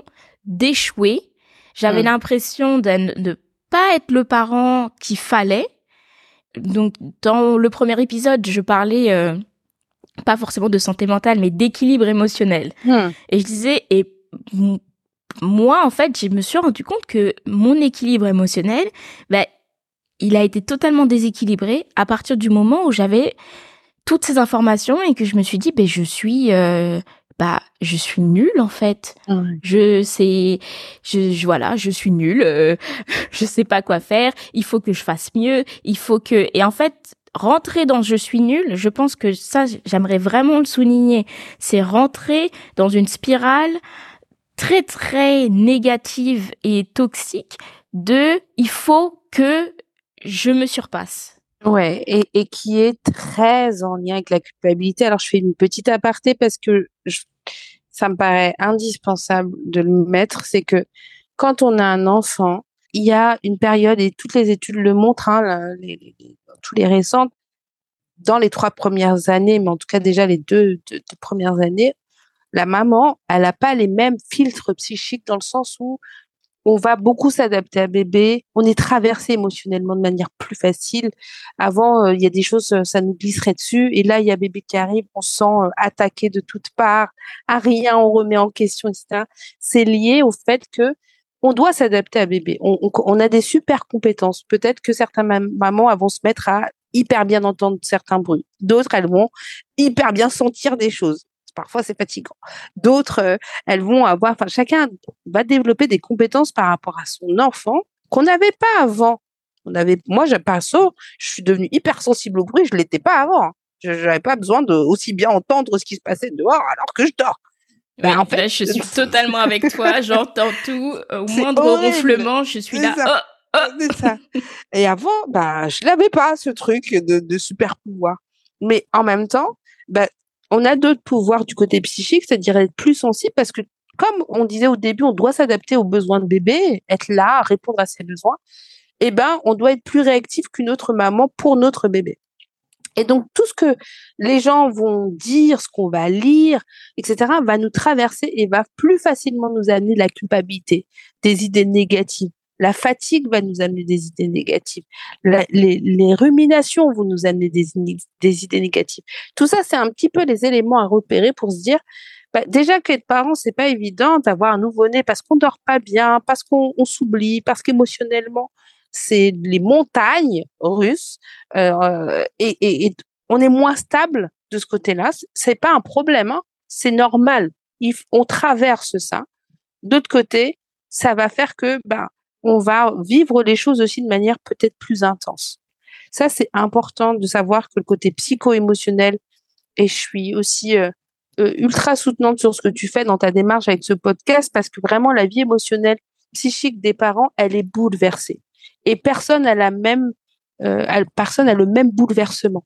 d'échouer. J'avais mmh. l'impression de ne pas être le parent qu'il fallait. Donc, dans le premier épisode, je parlais euh, pas forcément de santé mentale, mais d'équilibre émotionnel. Mmh. Et je disais, et m- moi, en fait, je me suis rendu compte que mon équilibre émotionnel, bah, il a été totalement déséquilibré à partir du moment où j'avais toutes ces informations et que je me suis dit, ben, je suis, euh, bah, je suis nulle, en fait. Mmh. Je sais, je, je, voilà, je suis nulle, euh, je sais pas quoi faire, il faut que je fasse mieux, il faut que, et en fait, rentrer dans je suis nulle, je pense que ça, j'aimerais vraiment le souligner, c'est rentrer dans une spirale très, très négative et toxique de, il faut que je me surpasse. Ouais, et, et qui est très en lien avec la culpabilité. Alors, je fais une petite aparté parce que je, ça me paraît indispensable de le mettre. C'est que quand on a un enfant, il y a une période, et toutes les études le montrent, hein, les, les, les, tous les récentes, dans les trois premières années, mais en tout cas déjà les deux, deux, deux premières années, la maman, elle n'a pas les mêmes filtres psychiques dans le sens où on va beaucoup s'adapter à bébé, on est traversé émotionnellement de manière plus facile. Avant, il euh, y a des choses, ça nous glisserait dessus, et là, il y a bébé qui arrive, on se sent euh, attaqué de toutes parts, à rien, on remet en question, et cetera. C'est lié au fait que on doit s'adapter à bébé. On, on, on a des super compétences. Peut-être que certaines mam- mamans elles vont se mettre à hyper bien entendre certains bruits. D'autres, elles vont hyper bien sentir des choses. Parfois, c'est fatigant. D'autres, euh, elles vont avoir, enfin, chacun va développer des compétences par rapport à son enfant qu'on n'avait pas avant. On avait, moi, j'ai perso, je suis devenue hyper sensible au bruit, je l'étais pas avant. Je n'avais pas besoin de aussi bien entendre ce qui se passait dehors alors que je dors. Ben, oui, en fait, là, je suis totalement avec toi. J'entends tout. Au moindre horrible. Ronflement, je suis c'est là. Ça. Oh, oh. C'est ça. Et avant, bah, je l'avais pas, ce truc de, de super pouvoir. Mais en même temps, bah, on a d'autres pouvoirs du côté psychique, c'est-à-dire être plus sensible, parce que, comme on disait au début, on doit s'adapter aux besoins de bébé, être là, répondre à ses besoins. Eh ben, on doit être plus réactif qu'une autre maman pour notre bébé. Et donc, tout ce que les gens vont dire, ce qu'on va lire, et cetera, va nous traverser et va plus facilement nous amener de la culpabilité, des idées négatives. La fatigue va nous amener des idées négatives. La, les, les ruminations vont nous amener des, des idées négatives. Tout ça, c'est un petit peu les éléments à repérer pour se dire, bah, déjà qu'être parent, c'est pas évident d'avoir un nouveau-né parce qu'on dort pas bien, parce qu'on on s'oublie, parce qu'émotionnellement, c'est les montagnes russes, euh, et, et, et on est moins stable de ce côté-là. C'est pas un problème, hein, c'est normal. Il, on traverse ça. D'autre côté, ça va faire que, bah, on va vivre les choses aussi de manière peut-être plus intense. Ça, c'est important de savoir que le côté psycho-émotionnel, et je suis aussi euh, euh, ultra soutenante sur ce que tu fais dans ta démarche avec ce podcast, parce que vraiment, la vie émotionnelle, psychique des parents, elle est bouleversée. Et personne n'a la même, euh, personne a le même bouleversement.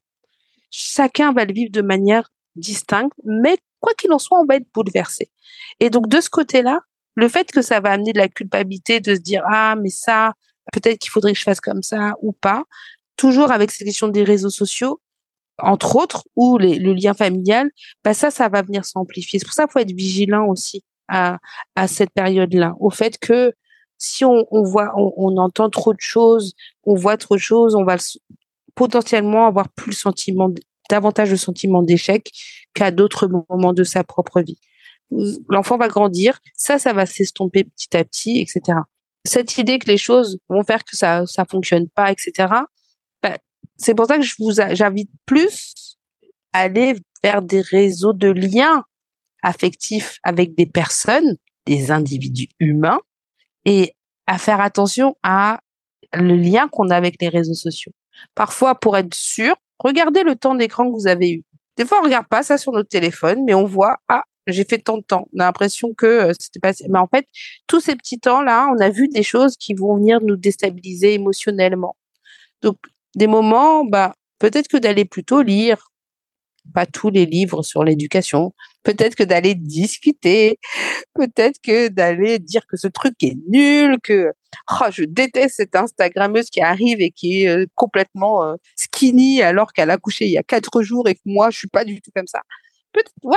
Chacun va le vivre de manière distincte, mais quoi qu'il en soit, on va être bouleversé. Et donc, de ce côté-là, le fait que ça va amener de la culpabilité, de se dire, ah, mais ça, peut-être qu'il faudrait que je fasse comme ça ou pas, toujours avec ces questions des réseaux sociaux, entre autres, ou les, le lien familial, bah ça, ça va venir s'amplifier. C'est pour ça qu'il faut être vigilant aussi à, à cette période-là, au fait que si on, on voit, on, on entend trop de choses, on voit trop de choses, on va potentiellement avoir plus le sentiment, davantage de sentiment d'échec qu'à d'autres moments de sa propre vie. L'enfant va grandir, ça, ça va s'estomper petit à petit, et cetera. Cette idée que les choses vont faire que ça, ça fonctionne pas, et cetera. Ben, c'est pour ça que je vous, j'invite plus à aller vers des réseaux de liens affectifs avec des personnes, des individus humains, et à faire attention à le lien qu'on a avec les réseaux sociaux. Parfois, pour être sûr, regardez le temps d'écran que vous avez eu. Des fois, on regarde pas ça sur notre téléphone, mais on voit, ah, j'ai fait tant de temps. On a l'impression que euh, c'était passé. Mais en fait, tous ces petits temps-là, on a vu des choses qui vont venir nous déstabiliser émotionnellement. Donc, des moments, bah, peut-être que d'aller plutôt lire, pas tous les livres sur l'éducation, peut-être que d'aller discuter, peut-être que d'aller dire que ce truc est nul, que oh, je déteste cette Instagrammeuse qui arrive et qui est euh, complètement euh, skinny alors qu'elle a accouché il y a quatre jours et que moi, je suis pas du tout comme ça. Peut-être, voilà.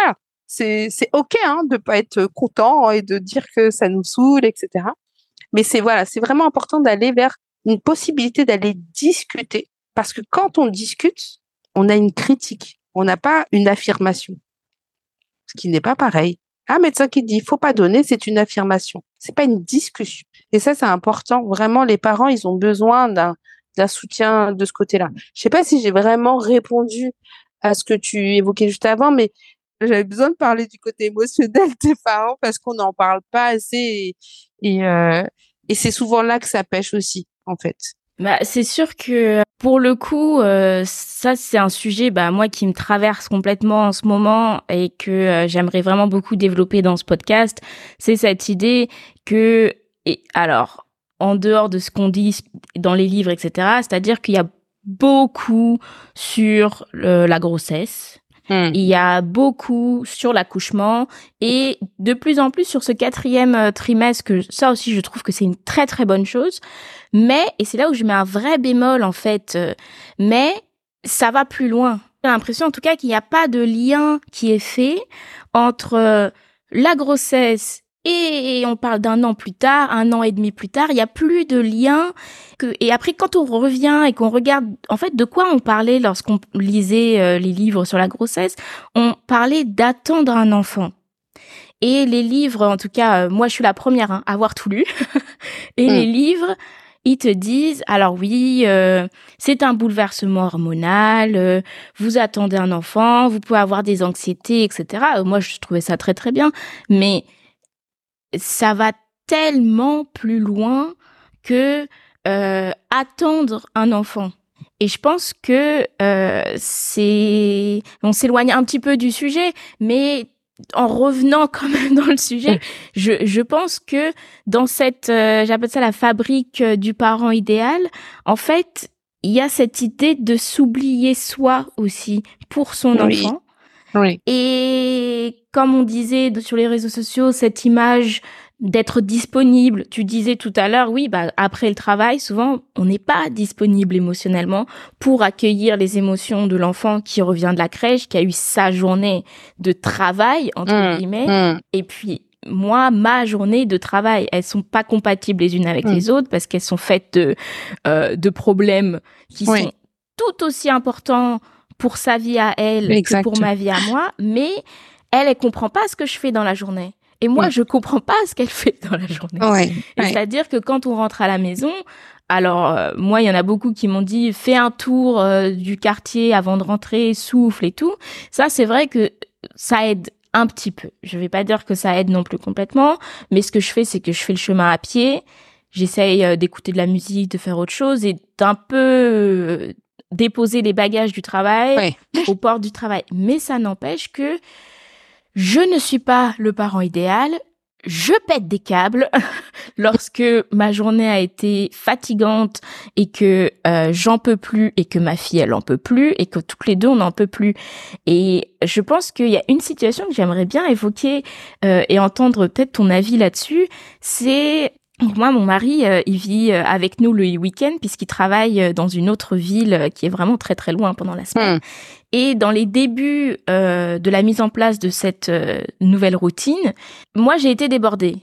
c'est c'est ok hein, de pas être content et de dire que ça nous saoule, et cetera. Mais c'est voilà, c'est vraiment important d'aller vers une possibilité d'aller discuter, parce que quand on discute, on a une critique, on n'a pas une affirmation, ce qui n'est pas pareil. Un médecin qui dit faut pas donner, c'est une affirmation, c'est pas une discussion. Et ça, c'est important. Vraiment, les parents, ils ont besoin d'un d'un soutien de ce côté-là. Je sais pas si j'ai vraiment répondu à ce que tu évoquais juste avant, mais j'avais besoin de parler du côté émotionnel des parents parce qu'on n'en parle pas assez et, et, euh, et c'est souvent là que ça pêche aussi, en fait. Bah, c'est sûr que pour le coup, euh, ça c'est un sujet, bah moi qui me traverse complètement en ce moment et que euh, j'aimerais vraiment beaucoup développer dans ce podcast. C'est cette idée que, et alors, en dehors de ce qu'on dit dans les livres, et cetera, c'est-à-dire qu'il y a beaucoup sur le, la grossesse. Mmh. Il y a beaucoup sur l'accouchement et de plus en plus sur ce quatrième trimestre, que ça aussi je trouve que c'est une très très bonne chose. Mais, et c'est là où je mets un vrai bémol en fait, mais ça va plus loin. J'ai l'impression en tout cas qu'il n'y a pas de lien qui est fait entre la grossesse et on parle d'un an plus tard, un an et demi plus tard, il n'y a plus de lien. Que, et après, quand on revient et qu'on regarde, en fait, de quoi on parlait lorsqu'on lisait euh, les livres sur la grossesse, on parlait d'attendre un enfant. Et les livres, en tout cas, euh, moi, je suis la première hein, à avoir tout lu. et mmh. les livres, ils te disent, alors oui, euh, c'est un bouleversement hormonal, euh, vous attendez un enfant, vous pouvez avoir des anxiétés, et cetera. Euh, moi, je trouvais ça très, très bien. Mais ça va tellement plus loin que euh, attendre un enfant. Et je pense que euh, c'est... On s'éloigne un petit peu du sujet, mais en revenant quand même dans le sujet, je, je pense que dans cette... Euh, j'appelle ça la fabrique du parent idéal, en fait, il y a cette idée de s'oublier soi aussi pour son oui. enfant. Oui. Et comme on disait sur les réseaux sociaux, cette image d'être disponible, tu disais tout à l'heure, oui, bah après le travail, souvent on n'est pas disponible émotionnellement pour accueillir les émotions de l'enfant qui revient de la crèche, qui a eu sa journée de travail entre mmh, guillemets, mmh. et puis moi, ma journée de travail, elles sont pas compatibles les unes avec mmh. les autres parce qu'elles sont faites de euh, de problèmes qui oui. sont tout aussi importants pour sa vie à elle exact. Que pour ma vie à moi, mais elle, elle comprend pas ce que je fais dans la journée. Et moi, ouais. je comprends pas ce qu'elle fait dans la journée. Ouais, et ouais. c'est-à-dire que quand on rentre à la maison, alors euh, moi, il y en a beaucoup qui m'ont dit fais un tour euh, du quartier avant de rentrer, souffle et tout. Ça, c'est vrai que ça aide un petit peu. Je vais pas dire que ça aide non plus complètement, mais ce que je fais, c'est que je fais le chemin à pied. J'essaye euh, d'écouter de la musique, de faire autre chose et d'un peu euh, déposer les bagages du travail ouais. au port du travail. Mais ça n'empêche que je ne suis pas le parent idéal. Je pète des câbles lorsque ma journée a été fatigante et que euh, j'en peux plus et que ma fille, elle en peut plus et que toutes les deux, on n'en peut plus. Et je pense qu'il y a une situation que j'aimerais bien évoquer euh, et entendre peut-être ton avis là-dessus. C'est... Moi, mon mari, euh, il vit euh, avec nous le week-end puisqu'il travaille euh, dans une autre ville euh, qui est vraiment très très loin pendant la semaine. Mmh. Et dans les débuts euh, de la mise en place de cette euh, nouvelle routine, moi, j'ai été débordée.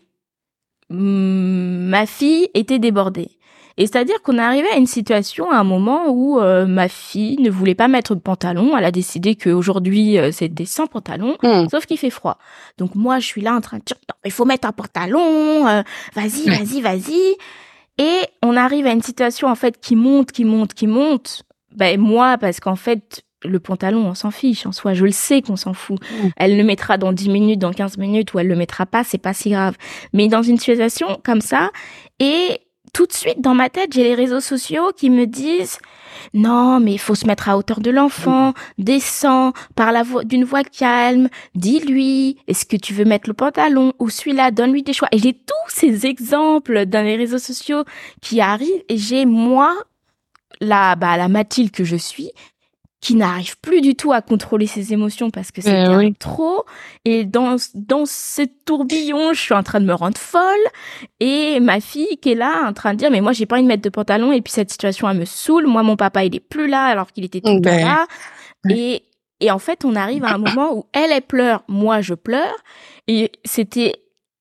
Mmh, ma fille était débordée. Et c'est-à-dire qu'on est arrivé à une situation, à un moment où euh, ma fille ne voulait pas mettre de pantalon. Elle a décidé qu'aujourd'hui, euh, c'était sans pantalon, mmh. sauf qu'il fait froid. Donc moi, je suis là en train de dire, non, il faut mettre un pantalon, euh, vas-y, vas-y, vas-y. Et on arrive à une situation, en fait, qui monte, qui monte, qui monte. Ben moi, parce qu'en fait, le pantalon, on s'en fiche en soi. Je le sais qu'on s'en fout. Mmh. Elle le mettra dans dix minutes, dans quinze minutes, ou elle le mettra pas, c'est pas si grave. Mais dans une situation comme ça, et... tout de suite, dans ma tête, j'ai les réseaux sociaux qui me disent « Non, mais il faut se mettre à hauteur de l'enfant, descends, par la voix, d'une voix calme, dis-lui, est-ce que tu veux mettre le pantalon ou celui-là, donne-lui des choix. » Et j'ai tous ces exemples dans les réseaux sociaux qui arrivent et j'ai, moi, la, bah, la Mathilde que je suis, qui n'arrive plus du tout à contrôler ses émotions parce que c'est euh, oui. trop. Et dans, dans ce tourbillon, je suis en train de me rendre folle. Et ma fille qui est là, en train de dire, mais moi, j'ai pas envie de mettre de pantalon. Et puis, cette situation, elle me saoule. Moi, mon papa, il est plus là alors qu'il était tout le temps là. Ouais. Et Et en fait, on arrive à un moment où elle, elle pleure, moi, je pleure. Et c'était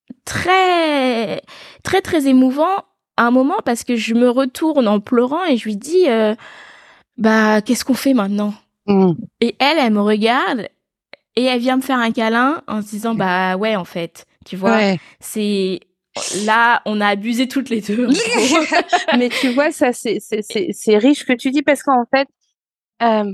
très, très, très émouvant à un moment parce que je me retourne en pleurant et je lui dis, euh, bah, qu'est-ce qu'on fait maintenant? Mmh. Et elle, elle me regarde et elle vient me faire un câlin en se disant, bah, ouais, en fait, tu vois, ouais. c'est... Là, on a abusé toutes les deux. Mais tu vois, ça, c'est, c'est, c'est, c'est riche que tu dis parce qu'en fait, euh,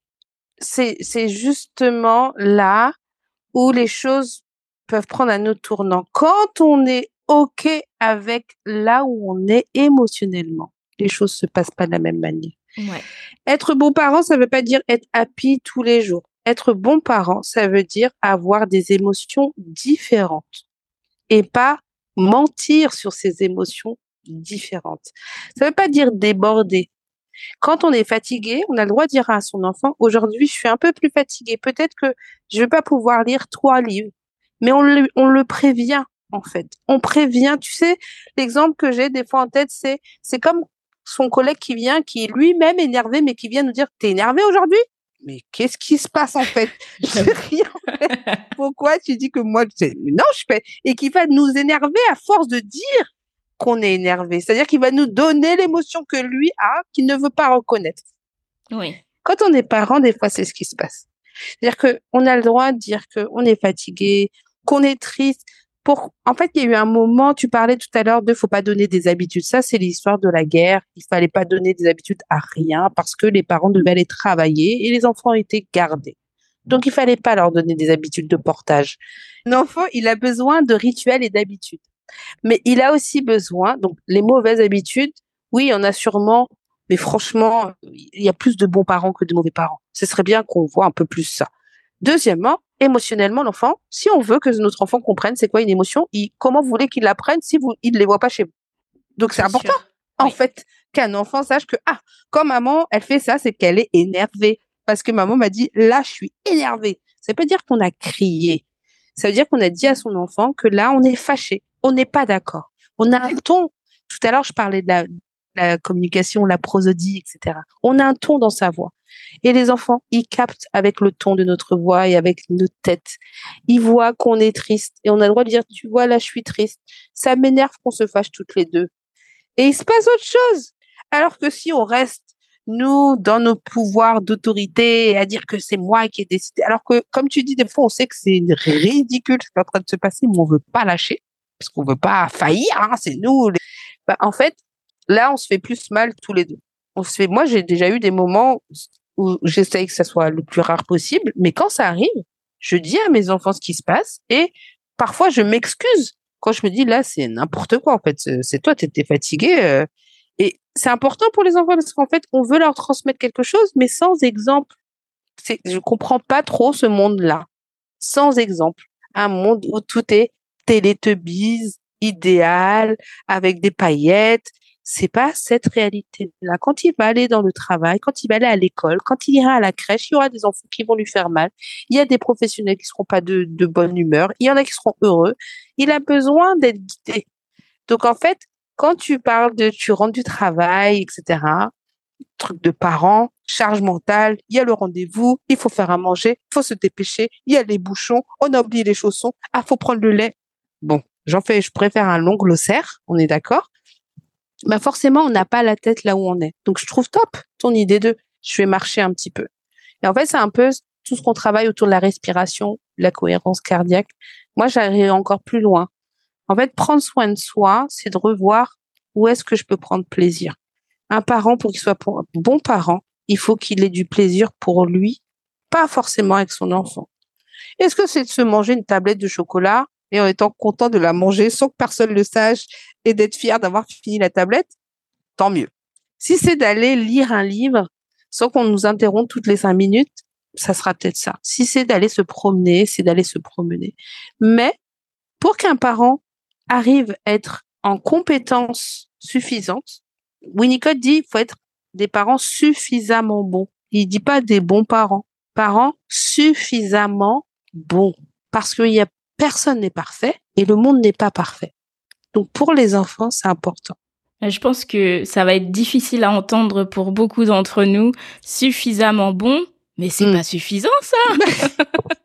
c'est, c'est justement là où les choses peuvent prendre un autre tournant. Quand on est OK avec là où on est émotionnellement, les choses se passent pas de la même manière. Ouais. Être bon parent, ça veut pas dire être happy tous les jours. Être bon parent, ça veut dire avoir des émotions différentes et pas mentir sur ces émotions différentes. Ça veut pas dire déborder. Quand on est fatigué, on a le droit de dire à son enfant, aujourd'hui, je suis un peu plus fatiguée. Peut-être que je vais pas pouvoir lire trois livres. Mais on le, on le prévient, en fait. On prévient. Tu sais, l'exemple que j'ai des fois en tête, c'est, c'est comme son collègue qui vient, qui est lui-même énervé, mais qui vient nous dire, t'es énervé aujourd'hui? Mais qu'est-ce qui se passe, en fait? Je sais rien, en fait. Pourquoi tu dis que moi, je sais, non, je fais, et qui va nous énerver à force de dire qu'on est énervé. C'est-à-dire qu'il va nous donner l'émotion que lui a, qu'il ne veut pas reconnaître. Oui. Quand on est parent, des fois, c'est ce qui se passe. C'est-à-dire qu'on a le droit de dire qu'on est fatigué, qu'on est triste. Pour... En fait, il y a eu un moment, tu parlais tout à l'heure de faut pas donner des habitudes. Ça, c'est l'histoire de la guerre. Il fallait pas donner des habitudes à rien parce que les parents devaient aller travailler et les enfants étaient gardés. Donc, il fallait pas leur donner des habitudes de portage. L'enfant, il a besoin de rituels et d'habitudes. Mais il a aussi besoin, donc les mauvaises habitudes, oui, il y en a sûrement, mais franchement, il y a plus de bons parents que de mauvais parents. Ce serait bien qu'on voit un peu plus ça. Deuxièmement, émotionnellement, l'enfant, si on veut que notre enfant comprenne c'est quoi une émotion, il, comment vous voulez qu'il l'apprenne si vous, il ne les voit pas chez vous? Donc, c'est, c'est important, sûr. En oui. fait, qu'un enfant sache que, ah, quand maman, elle fait ça, c'est qu'elle est énervée. Parce que maman m'a dit, là, je suis énervée. Ça veut pas dire qu'on a crié. Ça veut dire qu'on a dit à son enfant que là, on est fâché. On n'est pas d'accord. On a un ton. Tout à l'heure, je parlais de la, de la communication, la prosodie, et cetera. On a un ton dans sa voix. Et les enfants, ils captent avec le ton de notre voix et avec notre tête. Ils voient qu'on est triste. Et on a le droit de dire, tu vois, là, je suis triste. Ça m'énerve qu'on se fâche toutes les deux. Et il se passe autre chose. Alors que si on reste, nous, dans nos pouvoirs d'autorité, à dire que c'est moi qui ai décidé. Alors que, comme tu dis, des fois, on sait que c'est ridicule ce qui est en train de se passer, mais on veut pas lâcher. Parce qu'on veut pas faillir, hein, c'est nous. Les... Bah, en fait, là, on se fait plus mal tous les deux. On se fait, moi, j'ai déjà eu des moments où j'essaye que ça soit le plus rare possible, mais quand ça arrive, je dis à mes enfants ce qui se passe et parfois je m'excuse quand je me dis là, c'est n'importe quoi, en fait. C'est, c'est toi, t'étais fatigué. Euh, et c'est important pour les enfants parce qu'en fait, on veut leur transmettre quelque chose, mais sans exemple. C'est, je comprends pas trop ce monde-là. Sans exemple. Un monde où tout est Télétubbies, idéal, avec des paillettes. C'est pas cette réalité-là. Quand il va aller dans le travail, quand il va aller à l'école, quand il ira à la crèche, il y aura des enfants qui vont lui faire mal. Il y a des professionnels qui seront pas de, de bonne humeur. Il y en a qui seront heureux. Il a besoin d'être guidé. Donc, en fait, quand tu parles de, tu rentres du travail, et cetera, truc de parents, charge mentale, il y a le rendez-vous, il faut faire à manger, il faut se dépêcher, il y a les bouchons, on a oublié les chaussons, ah, faut prendre le lait. Bon, j'en fais, je préfère un long glossaire, on est d'accord? Ben forcément, on n'a pas la tête là où on est. Donc, je trouve top ton idée de je vais marcher un petit peu. Et en fait, c'est un peu tout ce qu'on travaille autour de la respiration, la cohérence cardiaque. Moi, j'arrive encore plus loin. En fait, prendre soin de soi, c'est de revoir où est-ce que je peux prendre plaisir. Un parent, pour qu'il soit bon parent, il faut qu'il ait du plaisir pour lui, pas forcément avec son enfant. Est-ce que c'est de se manger une tablette de chocolat et en étant content de la manger sans que personne le sache et d'être fier d'avoir fini la tablette? Tant mieux. Si c'est d'aller lire un livre sans qu'on nous interrompe toutes les cinq minutes, ça sera peut-être ça. Si c'est d'aller se promener, c'est d'aller se promener. Mais pour qu'un parent arrive à être en compétence suffisante, Winnicott dit qu'il faut être des parents suffisamment bons. Il dit pas des bons parents. Parents suffisamment bons. Parce qu'il y a personne n'est parfait et le monde n'est pas parfait. Donc, pour les enfants, c'est important. Je pense que ça va être difficile à entendre pour beaucoup d'entre nous. Suffisamment bon, Mais c'est Mm. pas suffisant, ça.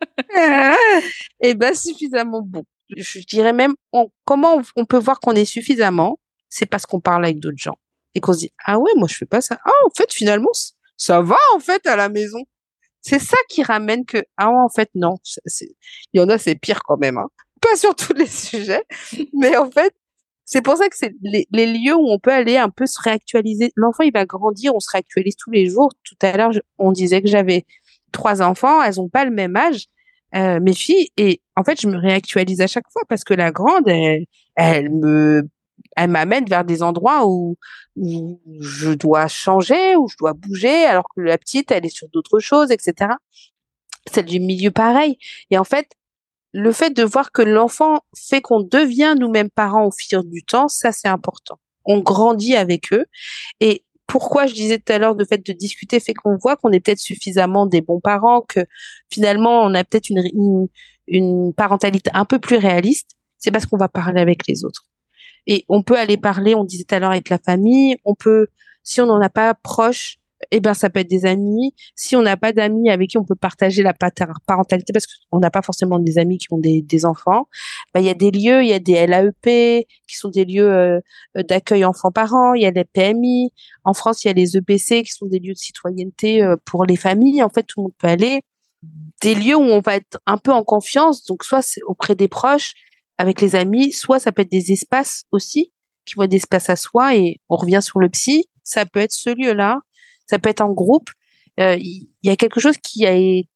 Eh ben, suffisamment bon. Je dirais même, on- comment on, on peut voir qu'on est suffisamment, c'est parce qu'on parle avec d'autres gens et qu'on se dit, ah ouais, moi je fais pas ça. Ah, en fait, finalement, c- ça va en fait à la maison. C'est ça qui ramène que, ah ouais, en fait, non, c'est, c'est- il y en a, c'est pire quand même, hein. Pas sur tous les sujets, mais en fait, c'est pour ça que c'est les, les lieux où on peut aller un peu se réactualiser. L'enfant, il va grandir, on se réactualise tous les jours. Tout à l'heure, je- on disait que j'avais trois enfants, elles ont pas le même âge, euh, mes filles, et en fait, je me réactualise à chaque fois parce que la grande, elle, elle me, elle m'amène vers des endroits où, où je dois changer, où je dois bouger, alors que la petite, elle est sur d'autres choses, et cetera. Celle du milieu, pareil. Et en fait, le fait de voir que l'enfant fait qu'on devient nous-mêmes parents au fil du temps, ça c'est important. On grandit avec eux. Et pourquoi je disais tout à l'heure, le fait de discuter fait qu'on voit qu'on est peut-être suffisamment des bons parents, que finalement on a peut-être une, une, une parentalité un peu plus réaliste, c'est parce qu'on va parler avec les autres. Et on peut aller parler, on disait tout à l'heure, avec la famille, on peut, si on n'en a pas proche, eh ben ça peut être des amis. Si on n'a pas d'amis avec qui on peut partager la pater- parentalité, parce qu'on n'a pas forcément des amis qui ont des, des enfants, ben, il y a des lieux, il y a des L A E P qui sont des lieux euh, d'accueil enfants-parents, il y a les P M I. En France, il y a les E P C qui sont des lieux de citoyenneté euh, pour les familles. En fait, tout le monde peut aller. Des lieux où on va être un peu en confiance, donc soit c'est auprès des proches, avec les amis, soit ça peut être des espaces aussi, qui vont être des espaces à soi, et on revient sur le psy, ça peut être ce lieu-là, ça peut être en groupe. Euh, Il y a quelque chose qui, a,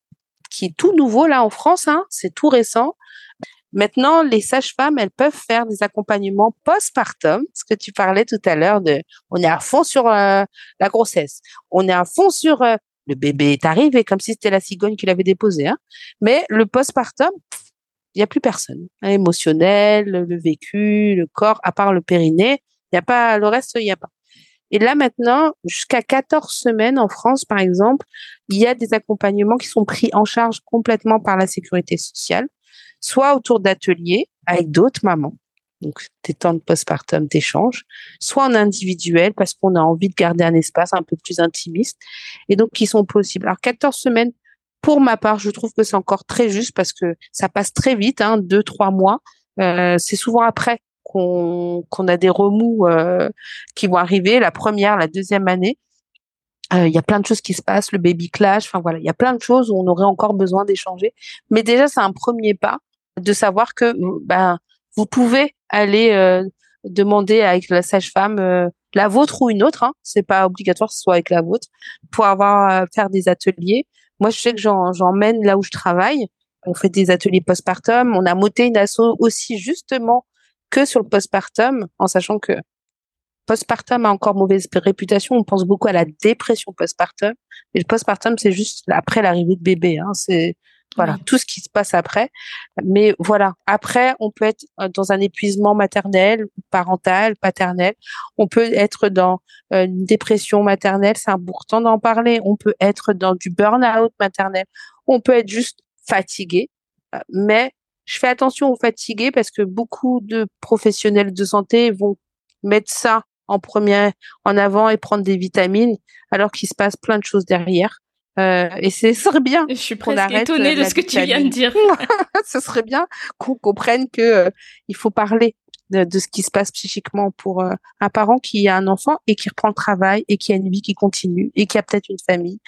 qui est tout nouveau là en France, hein, c'est tout récent. Maintenant, les sages-femmes, elles peuvent faire des accompagnements postpartum, ce que tu parlais tout à l'heure de, on est à fond sur euh, la grossesse, on est à fond sur euh, le bébé est arrivé, comme si c'était la cigogne qui l'avait déposé, hein. Mais le postpartum, il y a plus personne. Émotionnel, le vécu, le corps, à part le périnée, il y a pas, le reste, il y a pas. Et là, maintenant, jusqu'à quatorze semaines en France, par exemple, il y a des accompagnements qui sont pris en charge complètement par la sécurité sociale, soit autour d'ateliers avec d'autres mamans. Donc, des temps de postpartum, d'échange, soit en individuel parce qu'on a envie de garder un espace un peu plus intimiste et donc qui sont possibles. Alors, quatorze semaines, pour ma part, je trouve que c'est encore très juste parce que ça passe très vite, hein, deux, trois mois. Euh, c'est souvent après qu'on qu'on a des remous euh, qui vont arriver, la première, la deuxième année. Euh, Il y a plein de choses qui se passent, le baby clash, enfin voilà, il y a plein de choses où on aurait encore besoin d'échanger. Mais déjà, c'est un premier pas de savoir que ben vous pouvez aller euh, demander avec la sage-femme, euh, la vôtre ou une autre, hein, c'est pas obligatoire que ce soit avec la vôtre, pour avoir euh, faire des ateliers. Moi, je sais que j'en j'emmène là où je travaille. On fait des ateliers postpartum. On a monté une asso aussi justement que sur le postpartum, en sachant que postpartum a encore mauvaise réputation. On pense beaucoup à la dépression postpartum. Et le postpartum, c'est juste après l'arrivée de bébé, hein. C'est, voilà, Oui. tout ce qui se passe après. Mais voilà, après, on peut être dans un épuisement maternel, parental, paternel. On peut être dans euh, une dépression maternelle. C'est important d'en parler. On peut être dans du burn-out maternel. On peut être juste fatigué. Euh, Mais je fais attention aux fatigués parce que beaucoup de professionnels de santé vont mettre ça en premier, en avant et prendre des vitamines, alors qu'il se passe plein de choses derrière. Euh, et ce serait bien Je suis qu'on presque arrête étonnée de la ce que tu viens de vitamine. dire. Ce serait bien qu'on comprenne que euh, il faut parler de, de ce qui se passe psychiquement pour euh, un parent qui a un enfant et qui reprend le travail et qui a une vie qui continue et qui a peut-être une famille.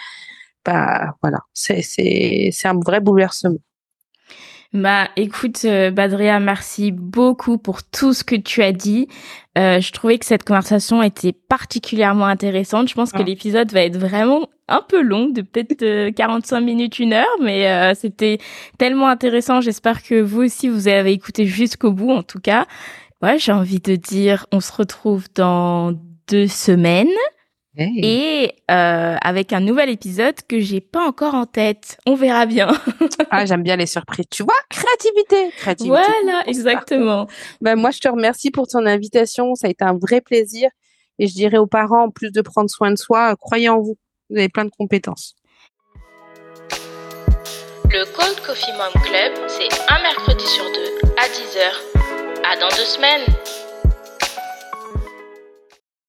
Bah voilà, c'est c'est c'est un vrai bouleversement. Bah, écoute, euh, Badria, merci beaucoup pour tout ce que tu as dit. Euh, je trouvais que cette conversation était particulièrement intéressante. Je pense que Ah. l'épisode va être vraiment un peu long, de peut-être euh, quarante-cinq minutes, une heure, mais euh, c'était tellement intéressant. J'espère que vous aussi, vous avez écouté jusqu'au bout, en tout cas. Ouais, j'ai envie de dire, on se retrouve dans deux semaines. Hey. Et euh, avec un nouvel épisode que j'ai pas encore en tête. On verra bien. Ah, j'aime bien les surprises. Tu vois, créativité, créativité. Voilà, exactement. Ben, moi, je te remercie pour ton invitation. Ça a été un vrai plaisir. Et je dirais aux parents, en plus de prendre soin de soi, euh, croyez en vous. Vous avez plein de compétences. Le Cold Coffee Mom Club, c'est un mercredi sur deux à dix heures. À dans deux semaines.